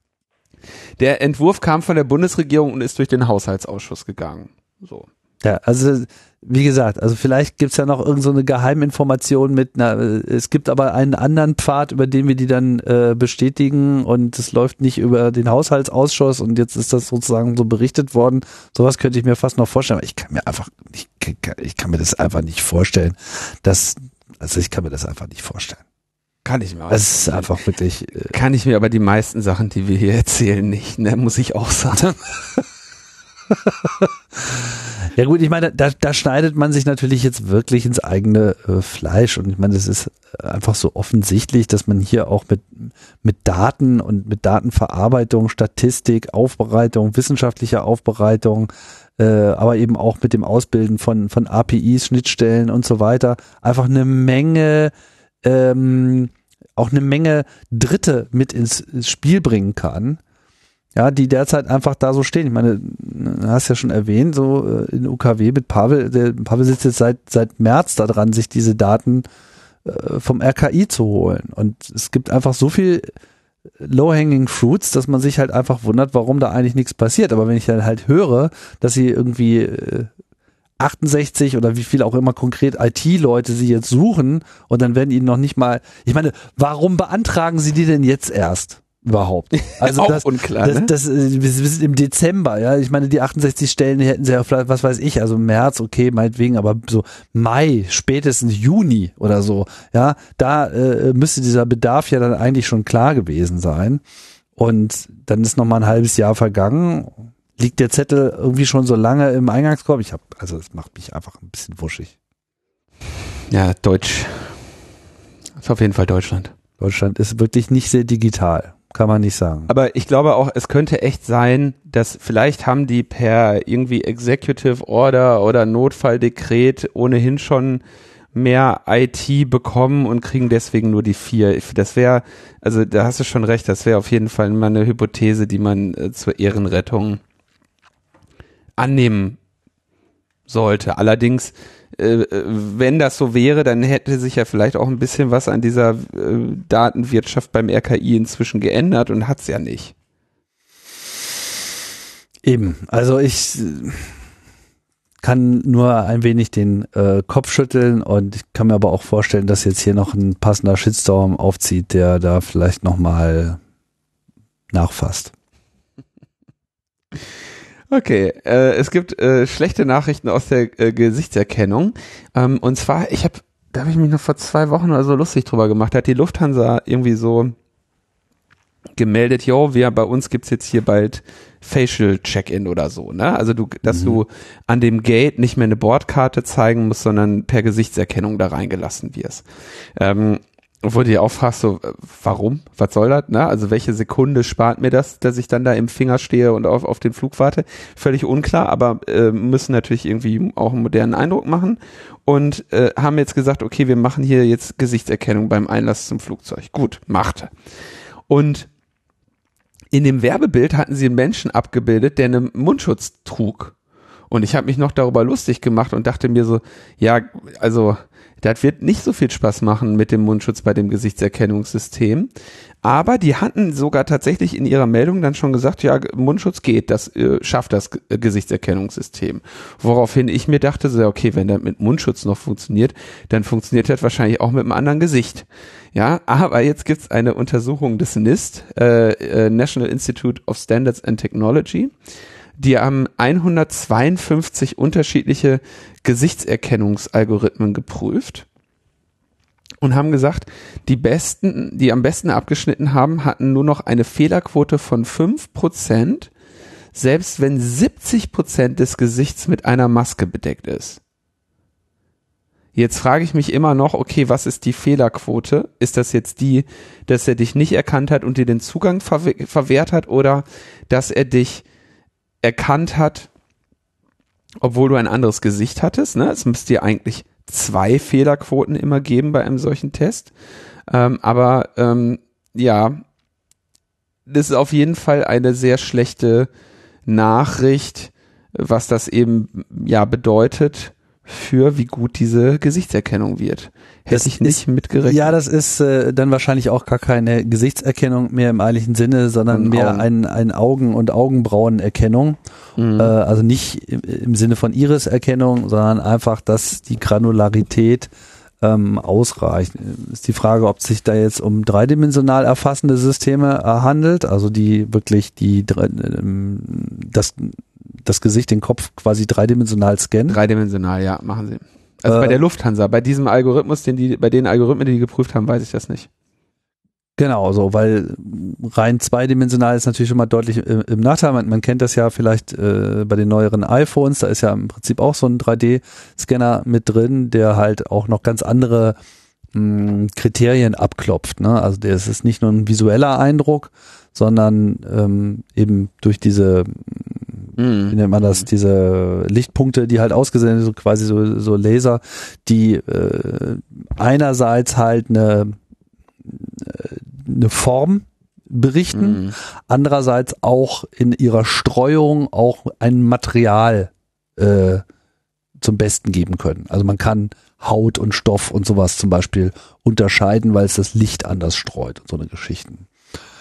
Speaker 2: Der Entwurf kam von der Bundesregierung und ist durch den Haushaltsausschuss gegangen. So.
Speaker 1: Ja, also wie gesagt, also vielleicht gibt's ja noch irgend so eine Geheiminformation mit, na, es gibt aber einen anderen Pfad, über den wir die dann äh, bestätigen und es läuft nicht über den Haushaltsausschuss und jetzt ist das sozusagen so berichtet worden. Sowas könnte ich mir fast noch vorstellen, aber ich kann mir einfach, ich, ich kann mir das einfach nicht vorstellen, dass, also ich kann mir das einfach nicht vorstellen.
Speaker 2: Kann ich mir auch.
Speaker 1: Es ist einfach wirklich.
Speaker 2: Äh, kann ich mir aber die meisten Sachen, die wir hier erzählen, nicht, ne, muss ich auch sagen.
Speaker 1: Ja gut, ich meine, da, da schneidet man sich natürlich jetzt wirklich ins eigene äh, Fleisch und ich meine, das ist einfach so offensichtlich, dass man hier auch mit, mit Daten und mit Datenverarbeitung, Statistik, Aufbereitung, wissenschaftlicher Aufbereitung, äh, aber eben auch mit dem Ausbilden von, von A P Is, Schnittstellen und so weiter, einfach eine Menge, ähm, auch eine Menge Dritte mit ins, ins Spiel bringen kann. Ja, die derzeit einfach da so stehen. Ich meine, du hast ja schon erwähnt, so in U K W mit Pavel, der Pavel sitzt jetzt seit, seit März da dran, sich diese Daten äh, vom R K I zu holen. Und es gibt einfach so viel low-hanging fruits, dass man sich halt einfach wundert, warum da eigentlich nichts passiert. Aber wenn ich dann halt höre, dass sie irgendwie äh, achtundsechzig oder wie viel auch immer konkret I T-Leute sie jetzt suchen und dann werden ihnen noch nicht mal, ich meine, warum beantragen sie die denn jetzt erst? Überhaupt. Also
Speaker 2: auch
Speaker 1: das,
Speaker 2: unklar,
Speaker 1: das,
Speaker 2: ne?
Speaker 1: das, das, wir sind im Dezember, ja. Ich meine, die achtundsechzig Stellen hätten sie ja vielleicht, was weiß ich, also März, okay, meinetwegen, aber so Mai, spätestens Juni oder so, ja, da äh, müsste dieser Bedarf ja dann eigentlich schon klar gewesen sein. Und dann ist noch mal ein halbes Jahr vergangen. Liegt der Zettel irgendwie schon so lange im Eingangskorb? Ich habe, also das macht mich einfach ein bisschen wuschig.
Speaker 2: Ja, Deutsch. Das ist auf jeden Fall Deutschland.
Speaker 1: Deutschland ist wirklich nicht sehr digital. Kann man nicht sagen.
Speaker 2: Aber ich glaube auch, es könnte echt sein, dass vielleicht haben die per irgendwie Executive Order oder Notfalldekret ohnehin schon mehr I T bekommen und kriegen deswegen nur die vier. Das wäre, also da hast du schon recht, das wäre auf jeden Fall mal eine Hypothese, die man äh, zur Ehrenrettung annehmen sollte. Allerdings, äh, wenn das so wäre, dann hätte sich ja vielleicht auch ein bisschen was an dieser äh, Datenwirtschaft beim R K I inzwischen geändert und hat's ja nicht.
Speaker 1: Eben, also ich kann nur ein wenig den äh, Kopf schütteln und ich kann mir aber auch vorstellen, dass jetzt hier noch ein passender Shitstorm aufzieht, der da vielleicht nochmal nachfasst.
Speaker 2: Okay, äh, es gibt äh, schlechte Nachrichten aus der äh, Gesichtserkennung. Ähm, und zwar, ich habe, da habe ich mich noch vor zwei Wochen oder so lustig drüber gemacht, da hat die Lufthansa irgendwie so gemeldet, jo, wir, bei uns gibt's jetzt hier bald Facial Check-in oder so, ne? Also du, dass mhm. du an dem Gate nicht mehr eine Bordkarte zeigen musst, sondern per Gesichtserkennung da reingelassen wirst. Ähm, Wo du dir auch fragst, so, warum? Was soll das? Ne? Also welche Sekunde spart mir das, dass ich dann da im Finger stehe und auf, auf den Flug warte? Völlig unklar, aber äh, müssen natürlich irgendwie auch einen modernen Eindruck machen und äh, haben jetzt gesagt, okay, wir machen hier jetzt Gesichtserkennung beim Einlass zum Flugzeug. Gut, machte. Und in dem Werbebild hatten sie einen Menschen abgebildet, der einen Mundschutz trug. Und ich habe mich noch darüber lustig gemacht und dachte mir so, ja, also das wird nicht so viel Spaß machen mit dem Mundschutz bei dem Gesichtserkennungssystem. Aber die hatten sogar tatsächlich in ihrer Meldung dann schon gesagt, ja, Mundschutz geht, das äh, schafft das G- Gesichtserkennungssystem. Woraufhin ich mir dachte, so, okay, wenn das mit Mundschutz noch funktioniert, dann funktioniert das wahrscheinlich auch mit einem anderen Gesicht. Ja, aber jetzt gibt's eine Untersuchung des NIST, äh, äh, National Institute of Standards and Technology. Die haben hundertzweiundfünfzig unterschiedliche Gesichtserkennungsalgorithmen geprüft und haben gesagt, die besten, die am besten abgeschnitten haben, hatten nur noch eine Fehlerquote von fünf Prozent, selbst wenn siebzig Prozent des Gesichts mit einer Maske bedeckt ist. Jetzt frage ich mich immer noch, okay, was ist die Fehlerquote? Ist das jetzt die, dass er dich nicht erkannt hat und dir den Zugang verwe- verwehrt hat oder dass er dich erkannt hat, obwohl du ein anderes Gesicht hattest, ne? Es müsste ja eigentlich zwei Fehlerquoten immer geben bei einem solchen Test. Ähm, aber ähm, ja, das ist auf jeden Fall eine sehr schlechte Nachricht, was das eben ja bedeutet für wie gut diese Gesichtserkennung wird. Hätte
Speaker 1: das
Speaker 2: ich nicht
Speaker 1: ist,
Speaker 2: mitgerechnet.
Speaker 1: Ja, das ist äh, dann wahrscheinlich auch gar keine Gesichtserkennung mehr im eigentlichen Sinne, sondern
Speaker 2: Und
Speaker 1: mehr
Speaker 2: Augen.
Speaker 1: ein, ein Augen- und Augenbrauenerkennung.
Speaker 2: Mhm.
Speaker 1: Äh, also nicht im, im Sinne von Iriserkennung, sondern einfach, dass die Granularität ähm, ausreicht. Ist die Frage, ob es sich da jetzt um dreidimensional erfassende Systeme äh, handelt, also die wirklich die ähm, das das Gesicht, den Kopf quasi dreidimensional scannen.
Speaker 2: Dreidimensional, ja, machen sie. Also
Speaker 1: äh,
Speaker 2: bei der Lufthansa, bei diesem Algorithmus, den die, bei den Algorithmen, die die geprüft haben, weiß ich das nicht.
Speaker 1: Genau, so, weil rein zweidimensional ist natürlich schon mal deutlich im, im Nachteil. Man, man kennt das ja vielleicht äh, bei den neueren iPhones, da ist ja im Prinzip auch so ein drei D-Scanner mit drin, der halt auch noch ganz andere mh, Kriterien abklopft. Ne? Also das ist nicht nur ein visueller Eindruck, sondern ähm, eben durch diese, mhm. wie nennt man das, diese Lichtpunkte, die halt ausgesendet sind, so quasi so, so Laser, die äh, einerseits halt eine eine Form berichten, mhm. andererseits auch in ihrer Streuung auch ein Material äh, zum Besten geben können. Also man kann Haut und Stoff und sowas zum Beispiel unterscheiden, weil es das Licht anders streut und so eine Geschichten.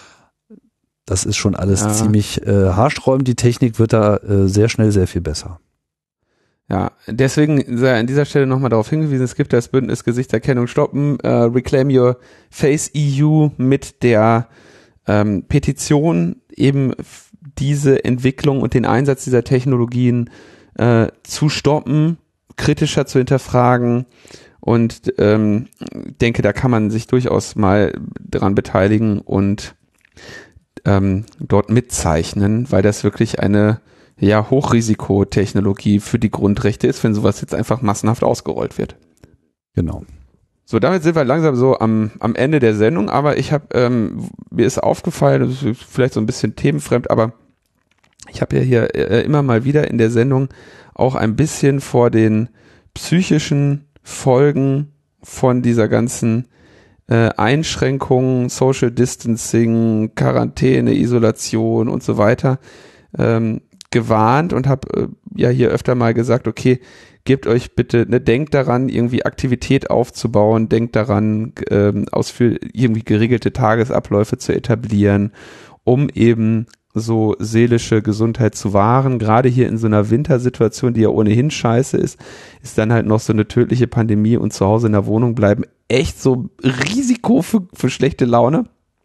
Speaker 1: Das ist schon alles ja. ziemlich äh, haarsträubend. Die Technik wird da äh, sehr schnell sehr viel besser.
Speaker 2: Ja, deswegen sei an dieser Stelle nochmal darauf hingewiesen, es gibt das Bündnis Gesichtserkennung stoppen, äh, Reclaim Your Face E U mit der ähm, Petition, eben diese Entwicklung und den Einsatz dieser Technologien äh, zu stoppen, kritischer zu hinterfragen und ähm, denke, da kann man sich durchaus mal dran beteiligen und ähm, dort mitzeichnen, weil das wirklich eine ja, Hochrisikotechnologie für die Grundrechte ist, wenn sowas jetzt einfach massenhaft ausgerollt wird.
Speaker 1: Genau.
Speaker 2: So, damit sind wir langsam so am, am Ende der Sendung, aber ich habe, ähm, mir ist aufgefallen, das ist vielleicht so ein bisschen themenfremd, aber ich habe ja hier äh, immer mal wieder in der Sendung auch ein bisschen vor den psychischen Folgen von dieser ganzen äh, Einschränkungen, Social Distancing, Quarantäne, Isolation und so weiter ähm, gewarnt und habe äh, ja hier öfter mal gesagt, okay, gebt euch bitte, ne, denkt daran, irgendwie Aktivität aufzubauen, denkt daran, ähm, ausführ irgendwie geregelte Tagesabläufe zu etablieren, um eben so seelische Gesundheit zu wahren. Gerade hier in so einer Wintersituation, die ja ohnehin scheiße ist, ist dann halt noch so eine tödliche Pandemie und zu Hause in der Wohnung bleiben echt so Risiko für, für schlechte Laune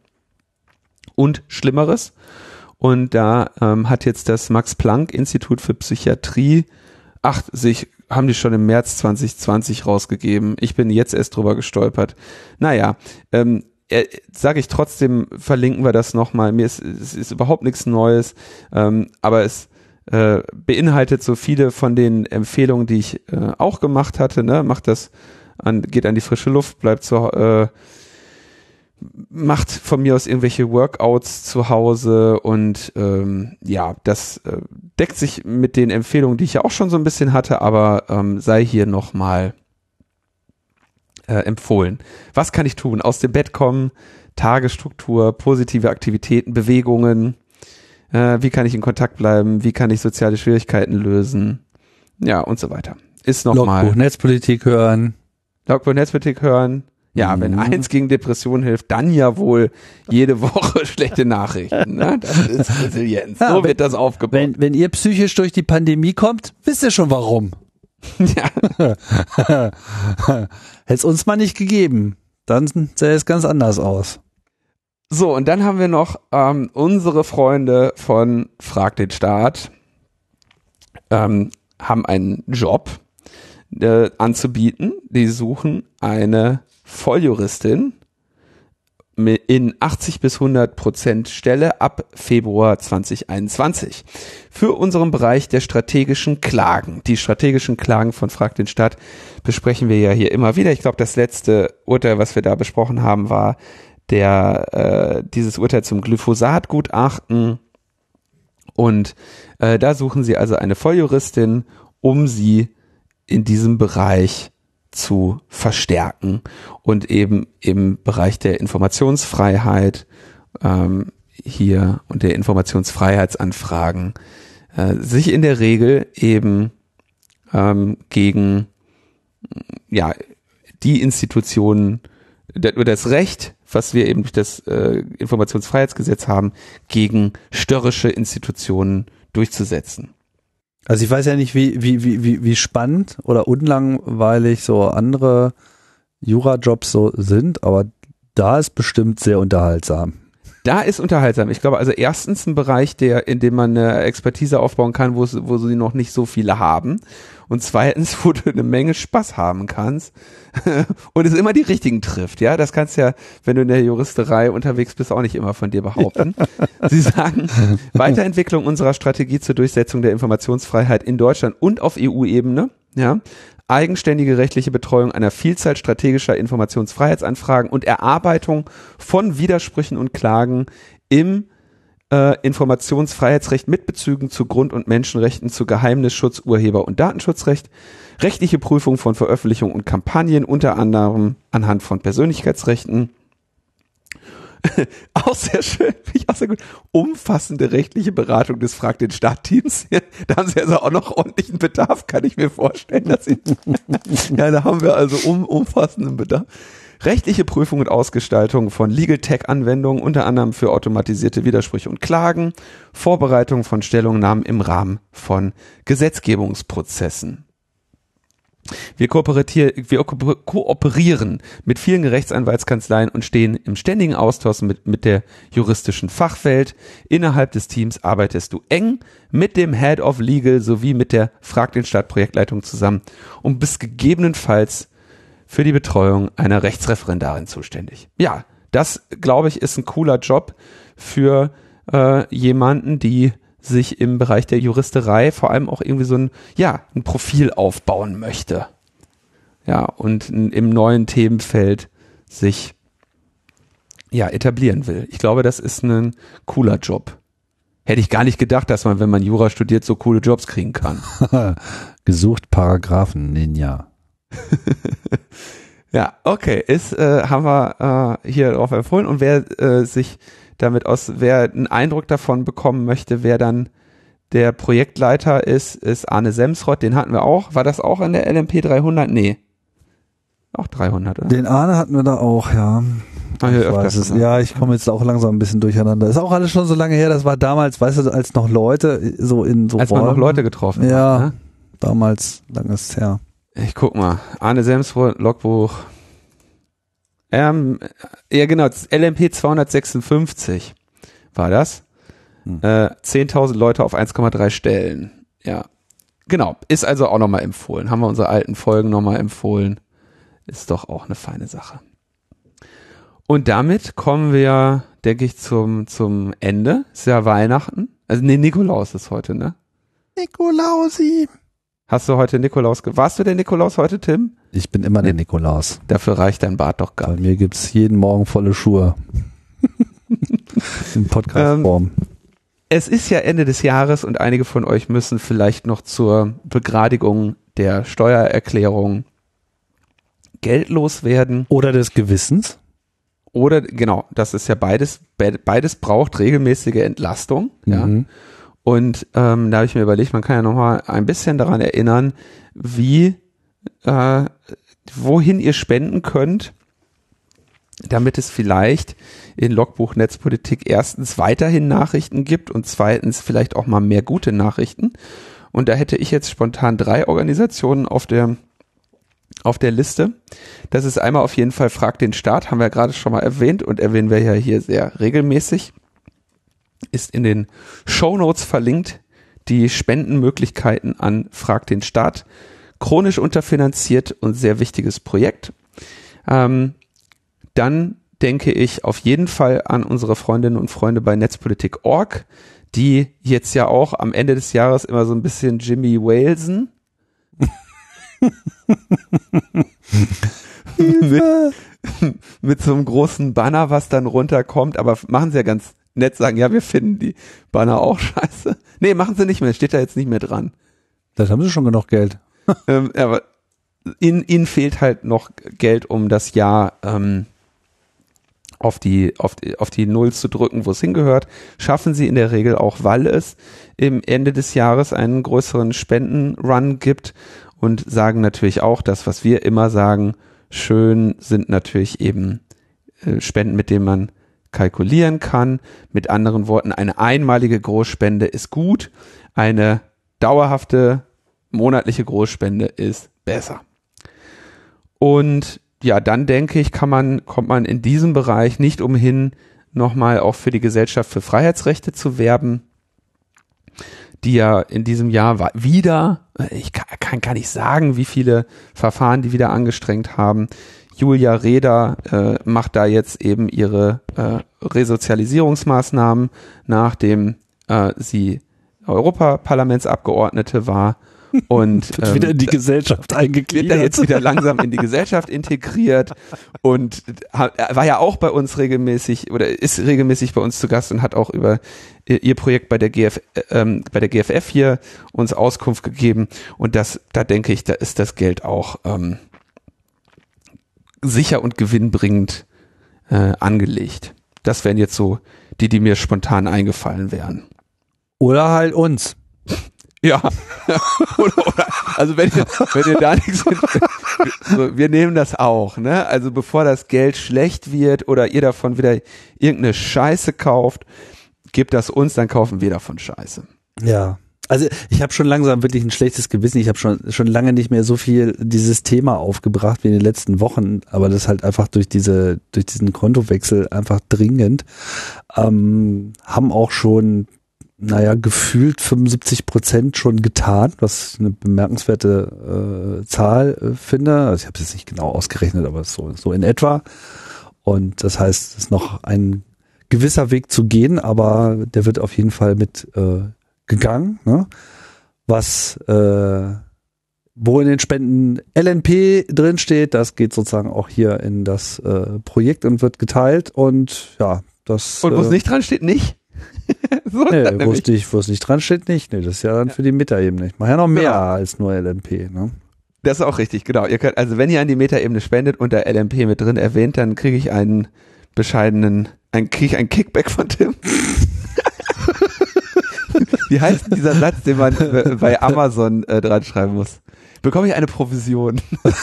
Speaker 2: und Schlimmeres. Und da ähm, hat jetzt das Max-Planck-Institut für Psychiatrie, ach, sich, haben die schon im März zwanzig zwanzig rausgegeben. Ich bin jetzt erst drüber gestolpert. Naja, ähm, äh, sage ich trotzdem, verlinken wir das nochmal. Mir ist, es ist überhaupt nichts Neues, ähm, aber es äh, beinhaltet so viele von den Empfehlungen, die ich äh, auch gemacht hatte. Ne? Macht das, an, geht an die frische Luft, bleibt so, äh, macht von mir aus irgendwelche Workouts zu Hause und ähm, ja, das äh, deckt sich mit den Empfehlungen, die ich ja auch schon so ein bisschen hatte, aber ähm, sei hier nochmal äh, empfohlen. Was kann ich tun? Aus dem Bett kommen, Tagesstruktur, positive Aktivitäten, Bewegungen, äh, wie kann ich in Kontakt bleiben, wie kann ich soziale Schwierigkeiten lösen, ja und so weiter. Ist nochmal
Speaker 1: Logbuch Netzpolitik hören.
Speaker 2: Logbuch Netzpolitik hören. Ja, wenn eins gegen Depression hilft, dann ja wohl jede Woche schlechte Nachrichten. Ne? Das ist Resilienz. So ja,
Speaker 1: wenn,
Speaker 2: wird das aufgebaut.
Speaker 1: Wenn, wenn ihr psychisch durch die Pandemie kommt, wisst ihr schon warum. Ja. Hätte es uns mal nicht gegeben, dann sähe es ganz anders aus.
Speaker 2: So, und dann haben wir noch ähm, unsere Freunde von Frag den Staat, ähm, haben einen Job äh, anzubieten. Die suchen eine Volljuristin in achtzig bis hundert Prozent Stelle ab Februar zwanzig einundzwanzig für unseren Bereich der strategischen Klagen. Die strategischen Klagen von Frag den Staat besprechen wir ja hier immer wieder. Ich glaube, das letzte Urteil, was wir da besprochen haben, war der äh, dieses Urteil zum Glyphosat-Gutachten. Und äh, da suchen sie also eine Volljuristin, um sie in diesem Bereich zu verstärken und eben im Bereich der Informationsfreiheit ähm, hier und der Informationsfreiheitsanfragen äh, sich in der Regel eben ähm, gegen ja die Institutionen oder das Recht, was wir eben durch das äh, Informationsfreiheitsgesetz haben, gegen störrische Institutionen durchzusetzen.
Speaker 1: Also ich weiß ja nicht, wie, wie, wie, wie spannend oder unlangweilig so andere Jura-Jobs so sind, aber da ist bestimmt sehr unterhaltsam.
Speaker 2: Da ist unterhaltsam. Ich glaube, also erstens ein Bereich, der, in dem man eine Expertise aufbauen kann, wo, wo sie noch nicht so viele haben. Und zweitens, wo du eine Menge Spaß haben kannst und es immer die richtigen trifft. Ja, das kannst ja, wenn du in der Juristerei unterwegs bist, auch nicht immer von dir behaupten. Sie sagen, Weiterentwicklung unserer Strategie zur Durchsetzung der Informationsfreiheit in Deutschland und auf E U-Ebene. Ja, eigenständige rechtliche Betreuung einer Vielzahl strategischer Informationsfreiheitsanfragen und Erarbeitung von Widersprüchen und Klagen im äh, Informationsfreiheitsrecht mit Bezügen zu Grund- und Menschenrechten, zu Geheimnisschutz, Urheber- und Datenschutzrecht, rechtliche Prüfung von Veröffentlichungen und Kampagnen, unter anderem anhand von Persönlichkeitsrechten. Auch sehr schön, finde ich auch sehr gut. Umfassende rechtliche Beratung des Frag den Staat-Teams. Da haben sie also auch noch ordentlichen Bedarf, kann ich mir vorstellen. Dass sie ja, da haben wir also um, umfassenden Bedarf. Rechtliche Prüfung und Ausgestaltung von Legal Tech-Anwendungen, unter anderem für automatisierte Widersprüche und Klagen, Vorbereitung von Stellungnahmen im Rahmen von Gesetzgebungsprozessen. Wir, wir kooperieren mit vielen Rechtsanwaltskanzleien und stehen im ständigen Austausch mit, mit der juristischen Fachwelt. Innerhalb des Teams arbeitest du eng mit dem Head of Legal sowie mit der Frag den Staat Projektleitung zusammen und bist gegebenenfalls für die Betreuung einer Rechtsreferendarin zuständig. Ja, das, glaube ich, ist ein cooler Job für äh, jemanden, die sich im Bereich der Juristerei vor allem auch irgendwie so ein, ja, ein Profil aufbauen möchte. Ja, und n, im neuen Themenfeld sich, ja, etablieren will. Ich glaube, das ist ein cooler Job. Hätte ich gar nicht gedacht, dass man, wenn man Jura studiert, so coole Jobs kriegen kann.
Speaker 1: Gesucht Paragraphen, Ninja.
Speaker 2: Ja, okay, ist, äh, haben wir äh, hier drauf empfohlen. Und wer äh, sich damit aus, wer einen Eindruck davon bekommen möchte, wer dann der Projektleiter ist, ist Arne Semsrott, den hatten wir auch. War das auch in der L M P dreihundert? Nee. Auch dreihundert, oder?
Speaker 1: Den Arne hatten wir da auch, ja.
Speaker 2: Ah,
Speaker 1: ich weiß es. Ja, ich komme jetzt auch langsam ein bisschen durcheinander. Ist auch alles schon so lange her, das war damals, weißt du, als noch Leute so in so
Speaker 2: Als man noch Leute getroffen
Speaker 1: ja,
Speaker 2: hat. Ja, ne?
Speaker 1: Damals, langes her.
Speaker 2: Ich guck mal. Arne Semsrott, Logbuch. Ähm, ja genau, L M P zweihundertsechsundfünfzig war das. Hm. Äh, zehntausend Leute auf eins Komma drei Stellen. Ja, genau. Ist also auch nochmal empfohlen. Haben wir unsere alten Folgen nochmal empfohlen. Ist doch auch eine feine Sache. Und damit kommen wir, denke ich, zum, zum Ende. Ist ja Weihnachten. Also nee, Nikolaus ist heute, ne?
Speaker 1: Nikolausi.
Speaker 2: Hast du heute Nikolaus, warst du der Nikolaus heute, Tim?
Speaker 1: Ich bin immer der Nikolaus.
Speaker 2: Dafür reicht dein Bart doch gar nicht.
Speaker 1: Bei mir gibt's jeden Morgen volle Schuhe. In Podcast-Form.
Speaker 2: Ähm, es ist ja Ende des Jahres und einige von euch müssen vielleicht noch zur Begradigung der Steuererklärung Geld loswerden.
Speaker 1: Oder des Gewissens.
Speaker 2: Oder, genau, das ist ja beides, beides braucht regelmäßige Entlastung, mhm. ja. Und ähm, da habe ich mir überlegt, man kann ja nochmal ein bisschen daran erinnern, wie, äh, wohin ihr spenden könnt, damit es vielleicht in Logbuch Netzpolitik erstens weiterhin Nachrichten gibt und zweitens vielleicht auch mal mehr gute Nachrichten. Und da hätte ich jetzt spontan drei Organisationen auf der auf der Liste. Das ist einmal auf jeden Fall Frag den Staat, haben wir ja gerade schon mal erwähnt und erwähnen wir ja hier sehr regelmäßig. Ist in den Shownotes verlinkt, die Spendenmöglichkeiten an Frag den Staat. Chronisch unterfinanziert und sehr wichtiges Projekt. Ähm, dann denke ich auf jeden Fall an unsere Freundinnen und Freunde bei Netzpolitik Punkt org, die jetzt ja auch am Ende des Jahres immer so ein bisschen Jimmy Waleson mit, mit so einem großen Banner, was dann runterkommt, aber machen sie ja ganz nett, sagen, ja, wir finden die Banner auch scheiße. Nee, machen sie nicht mehr, steht da jetzt nicht mehr dran.
Speaker 1: Das haben sie schon genug Geld.
Speaker 2: ähm, aber ihnen, ihnen fehlt halt noch Geld, um das Jahr ähm, auf die, auf die, auf die Null zu drücken, wo es hingehört. Schaffen sie in der Regel auch, weil es im Ende des Jahres einen größeren Spendenrun gibt und sagen natürlich auch das, was wir immer sagen, schön sind natürlich eben äh, Spenden, mit denen man kalkulieren kann. Mit anderen Worten, eine einmalige Großspende ist gut, eine dauerhafte monatliche Großspende ist besser. Und ja, dann denke ich, kann man, kommt man in diesem Bereich nicht umhin, nochmal auch für die Gesellschaft für Freiheitsrechte zu werben, die ja in diesem Jahr wieder, ich kann, kann gar nicht sagen, wie viele Verfahren die wieder angestrengt haben. Julia Reda äh, macht da jetzt eben ihre äh, Resozialisierungsmaßnahmen, nachdem äh, sie Europaparlamentsabgeordnete war und
Speaker 1: wird
Speaker 2: ähm,
Speaker 1: wieder in die Gesellschaft eingegliedert.
Speaker 2: Wird da jetzt wieder langsam in die Gesellschaft integriert und er war ja auch bei uns regelmäßig oder ist regelmäßig bei uns zu Gast und hat auch über ihr Projekt bei der G F, ähm, bei der G F F hier uns Auskunft gegeben und das, da denke ich, da ist das Geld auch ähm, sicher und gewinnbringend äh, angelegt. Das wären jetzt so die, die mir spontan eingefallen wären.
Speaker 1: Oder halt uns.
Speaker 2: Ja, oder, oder, also wenn ihr, wenn ihr da nichts, so, wir nehmen das auch, ne? Also bevor das Geld schlecht wird oder ihr davon wieder irgendeine Scheiße kauft, gebt das uns, dann kaufen wir davon Scheiße.
Speaker 1: Ja, also ich habe schon langsam wirklich ein schlechtes Gewissen. Ich habe schon schon lange nicht mehr so viel dieses Thema aufgebracht wie in den letzten Wochen, aber das halt einfach durch diese durch diesen Kontowechsel einfach dringend. Ähm, haben auch schon naja, gefühlt fünfundsiebzig Prozent schon getan, was ich eine bemerkenswerte äh, Zahl äh, finde. Also ich habe es jetzt nicht genau ausgerechnet, aber so, so in etwa. Und das heißt, es ist noch ein gewisser Weg zu gehen, aber der wird auf jeden Fall mit äh, gegangen. Ne? Was, äh, wo in den Spenden L N P drin steht, das geht sozusagen auch hier in das äh, Projekt und wird geteilt. Und ja, das.
Speaker 2: Und wo es
Speaker 1: äh,
Speaker 2: nicht dran steht, nicht?
Speaker 1: So nee, wo es nicht, wo es nicht dran steht, nicht. Nee, das ist ja dann ja. für die Metaebene. Ich mache ja noch mehr genau. als nur L N P. Ne?
Speaker 2: Das ist auch richtig, genau. Ihr könnt, also wenn ihr an die Metaebene spendet und da L N P mit drin erwähnt, dann kriege ich einen bescheidenen, ein, kriege ich einen Kickback von Tim. Wie heißt denn dieser Satz, den man bei Amazon äh, dran schreiben muss? Bekomme ich eine Provision?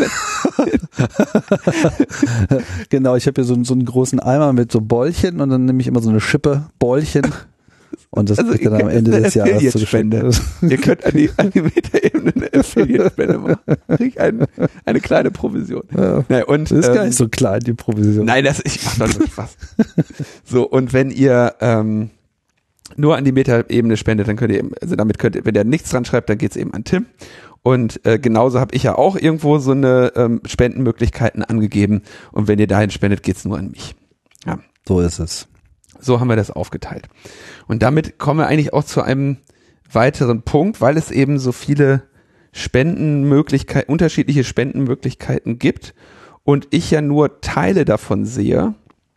Speaker 1: Genau, ich habe hier so, so einen großen Eimer mit so Bäulchen und dann nehme ich immer so eine Schippe Bäulchen und das
Speaker 2: also
Speaker 1: kriegt dann am Ende des Jahres zu
Speaker 2: Spende. Ihr könnt an die, an die Metaebene eine Affiliate-Spende machen. Krieg ein, eine kleine Provision.
Speaker 1: Ja,
Speaker 2: nein, und,
Speaker 1: das ist
Speaker 2: ähm,
Speaker 1: gar nicht so klein, die Provision.
Speaker 2: Nein, das ich mach doch nur Spaß. So, und wenn ihr ähm, nur an die Metaebene spendet, dann könnt ihr eben, also damit könnt ihr, wenn ihr nichts dran schreibt, dann geht's eben an Tim. Und äh, genauso habe ich ja auch irgendwo so eine ähm, Spendenmöglichkeiten angegeben. Und wenn ihr dahin spendet, geht's nur an mich. Ja.
Speaker 1: So ist es.
Speaker 2: So haben wir das aufgeteilt. Und damit kommen wir eigentlich auch zu einem weiteren Punkt, weil es eben so viele Spendenmöglichkeiten, unterschiedliche Spendenmöglichkeiten gibt und ich ja nur Teile davon sehe,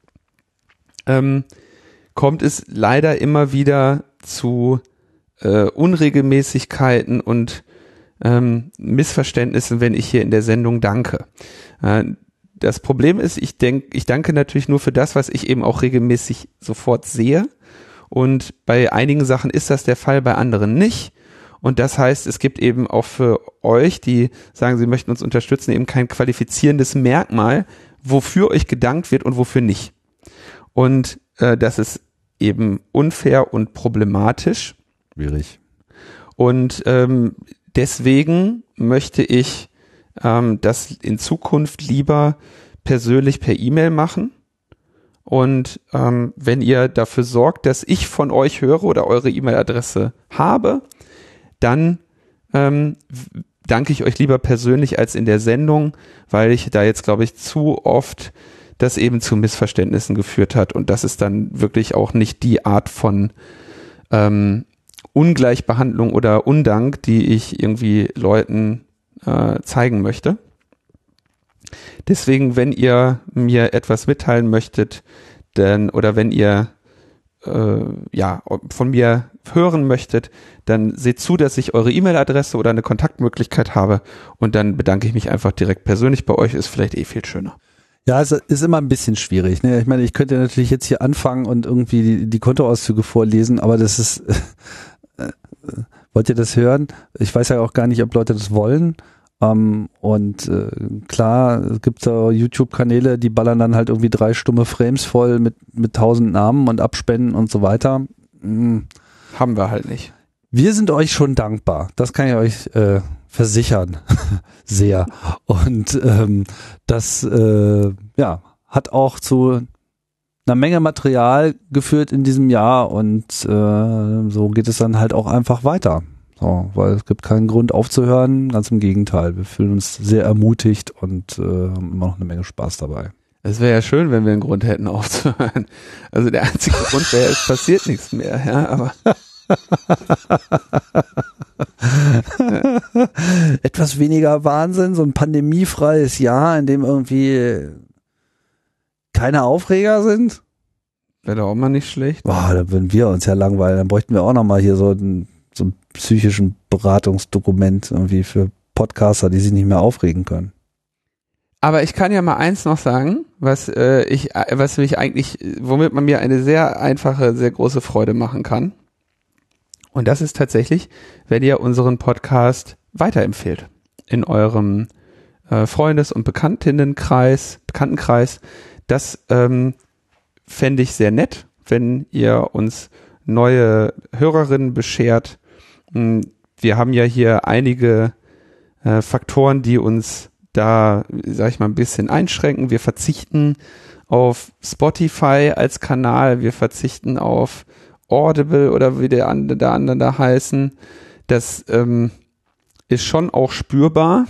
Speaker 2: ähm, kommt es leider immer wieder zu äh, Unregelmäßigkeiten und ähm, Missverständnissen, wenn ich hier in der Sendung danke. Äh, das Problem ist, ich denke, ich danke natürlich nur für das, was ich eben auch regelmäßig sofort sehe. Und bei einigen Sachen ist das der Fall, bei anderen nicht. Und das heißt, es gibt eben auch für euch, die sagen, sie möchten uns unterstützen, eben kein qualifizierendes Merkmal, wofür euch gedankt wird und wofür nicht. Und äh, das ist eben unfair und problematisch.
Speaker 1: Schwierig.
Speaker 2: Und ähm, deswegen möchte ich ähm, das in Zukunft lieber persönlich per E-Mail machen. Und ähm, wenn ihr dafür sorgt, dass ich von euch höre oder eure E-Mail-Adresse habe, dann ähm, danke ich euch lieber persönlich als in der Sendung, weil ich da jetzt, glaube ich, zu oft das eben zu Missverständnissen geführt hat. Und das ist dann wirklich auch nicht die Art von ähm, Ungleichbehandlung oder Undank, die ich irgendwie Leuten äh, zeigen möchte. Deswegen, wenn ihr mir etwas mitteilen möchtet, dann oder wenn ihr äh, ja von mir hören möchtet, dann seht zu, dass ich eure E-Mail-Adresse oder eine Kontaktmöglichkeit habe und dann bedanke ich mich einfach direkt persönlich bei euch. Ist vielleicht eh viel schöner.
Speaker 1: Ja, es ist immer ein bisschen schwierig. Ne? Ich meine, ich könnte natürlich jetzt hier anfangen und irgendwie die, die Kontoauszüge vorlesen, aber das ist äh, wollt ihr das hören? Ich weiß ja auch gar nicht, ob Leute das wollen. Um, und äh, klar, es gibt da YouTube-Kanäle, die ballern dann halt irgendwie drei stumme Frames voll mit mit tausend Namen und Abspenden und so weiter. Mhm.
Speaker 2: Haben wir halt nicht.
Speaker 1: Wir sind euch schon dankbar. Das kann ich euch äh, versichern. Sehr. Und ähm, das äh, ja hat auch zu einer Menge Material geführt in diesem Jahr und äh, so geht es dann halt auch einfach weiter. So, weil es gibt keinen Grund aufzuhören, ganz im Gegenteil. Wir fühlen uns sehr ermutigt und äh, haben immer noch eine Menge Spaß dabei.
Speaker 2: Es wäre ja schön, wenn wir einen Grund hätten aufzuhören. Also der einzige Grund wäre, es passiert nichts mehr, ja, aber
Speaker 1: etwas weniger Wahnsinn, so ein pandemiefreies Jahr, in dem irgendwie keine Aufreger sind.
Speaker 2: Wäre doch auch mal nicht schlecht.
Speaker 1: Boah, da würden wir uns ja langweilen. Dann bräuchten wir auch nochmal hier so ein, so ein psychischen Beratungsdokument irgendwie für Podcaster, die sich nicht mehr aufregen können.
Speaker 2: Aber ich kann ja mal eins noch sagen, was äh, ich, was mich eigentlich, womit man mir eine sehr einfache, sehr große Freude machen kann. Und das ist tatsächlich, wenn ihr unseren Podcast weiterempfehlt in eurem äh, Freundes- und Bekanntinnenkreis, Bekanntenkreis. Das ähm, fände ich sehr nett, wenn ihr uns neue Hörerinnen beschert. Wir haben ja hier einige äh, Faktoren, die uns da, sag ich mal, ein bisschen einschränken. Wir verzichten auf Spotify als Kanal, wir verzichten auf Audible oder wie der andere da andere da heißen. Das ähm, ist schon auch spürbar.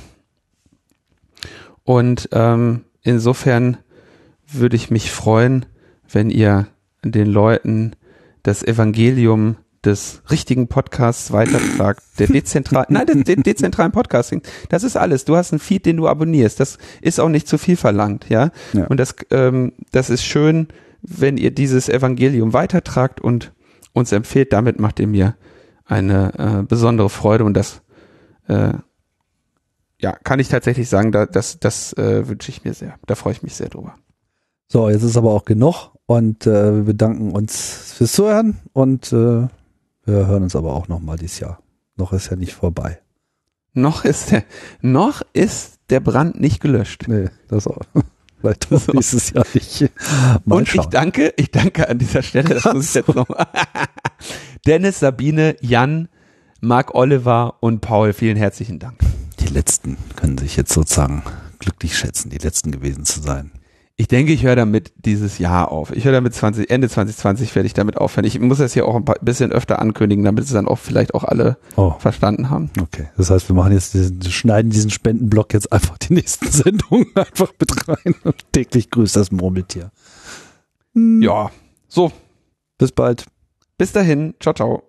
Speaker 2: Und ähm, insofern würde ich mich freuen, wenn ihr den Leuten das Evangelium des richtigen Podcasts weitertragt, der dezentral, nein, des de- dezentralen Podcasting. Das ist alles. Du hast einen Feed, den du abonnierst. Das ist auch nicht zu viel verlangt, ja. ja. Und das, ähm, das ist schön, wenn ihr dieses Evangelium weitertragt und uns empfehlt. Damit macht ihr mir eine äh, besondere Freude und das, äh, ja, kann ich tatsächlich sagen, da, das, das äh, wünsche ich mir sehr. Da freue ich mich sehr drüber.
Speaker 1: So, jetzt ist aber auch genug und äh, wir bedanken uns fürs Zuhören und äh, wir hören uns aber auch nochmal dieses Jahr. Noch ist ja nicht vorbei.
Speaker 2: Noch ist der, noch ist der Brand nicht gelöscht.
Speaker 1: Nee, das auch. Vielleicht auch nächstes Jahr nicht. Mal
Speaker 2: und
Speaker 1: schauen.
Speaker 2: ich danke, ich danke an dieser Stelle, das muss ich jetzt noch Dennis, Sabine, Jan, Marc Oliver und Paul, vielen herzlichen Dank.
Speaker 1: Die Letzten können sich jetzt sozusagen glücklich schätzen, die Letzten gewesen zu sein.
Speaker 2: Ich denke, ich höre damit dieses Jahr auf. Ich höre damit zwanzig, Ende zwanzig zwanzig werde ich damit aufhören. Ich muss das hier auch ein paar, bisschen öfter ankündigen, damit es dann auch vielleicht auch alle oh. verstanden haben.
Speaker 1: Okay, das heißt, wir machen jetzt diesen, schneiden diesen Spendenblock jetzt einfach die nächsten Sendungen einfach mit rein und täglich grüßt das Murmeltier.
Speaker 2: Hm. Ja, so.
Speaker 1: Bis bald.
Speaker 2: Bis dahin. Ciao, ciao.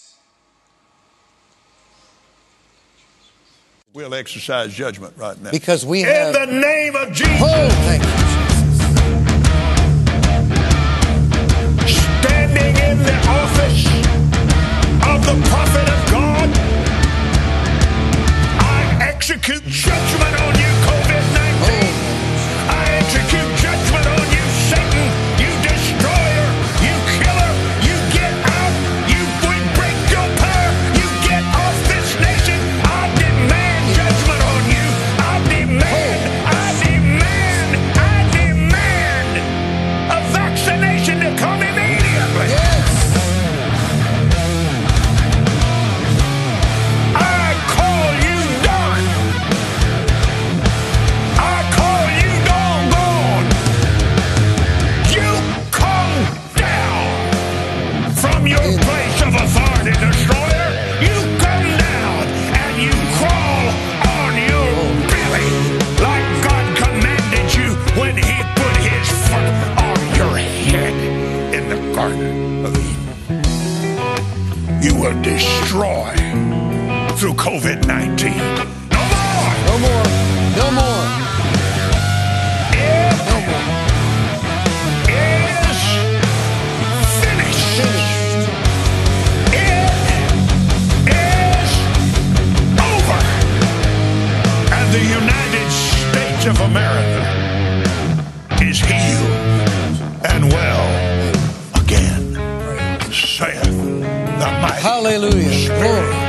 Speaker 5: We'll exercise judgment right now.
Speaker 6: Because we have...
Speaker 5: In the name of Jesus.
Speaker 6: Oh, thank you.
Speaker 5: Standing in the office of the prophet of God, I execute judgment on you, COVID nineteen. Oh. I execute judgment on you, Satan, you destroyer, you killer. You get out. You we break your power. You get off this nation. I demand judgment on you. I demand, I demand, I demand a vaccination to come immediately.
Speaker 6: Yes.
Speaker 5: I call you done. I call you doggone. You come down from your place of authority, destroyer. You come down and you crawl on your belly like God commanded you when he put his foot on your head in the Garden of Eden. You will destroy through COVID nineteen. No more!
Speaker 6: No more. No more.
Speaker 5: It
Speaker 6: No more.
Speaker 5: is finished.
Speaker 6: Finished.
Speaker 5: It is over. And the United States of America is healed and well again, saith the mighty.
Speaker 6: Hallelujah. Glory.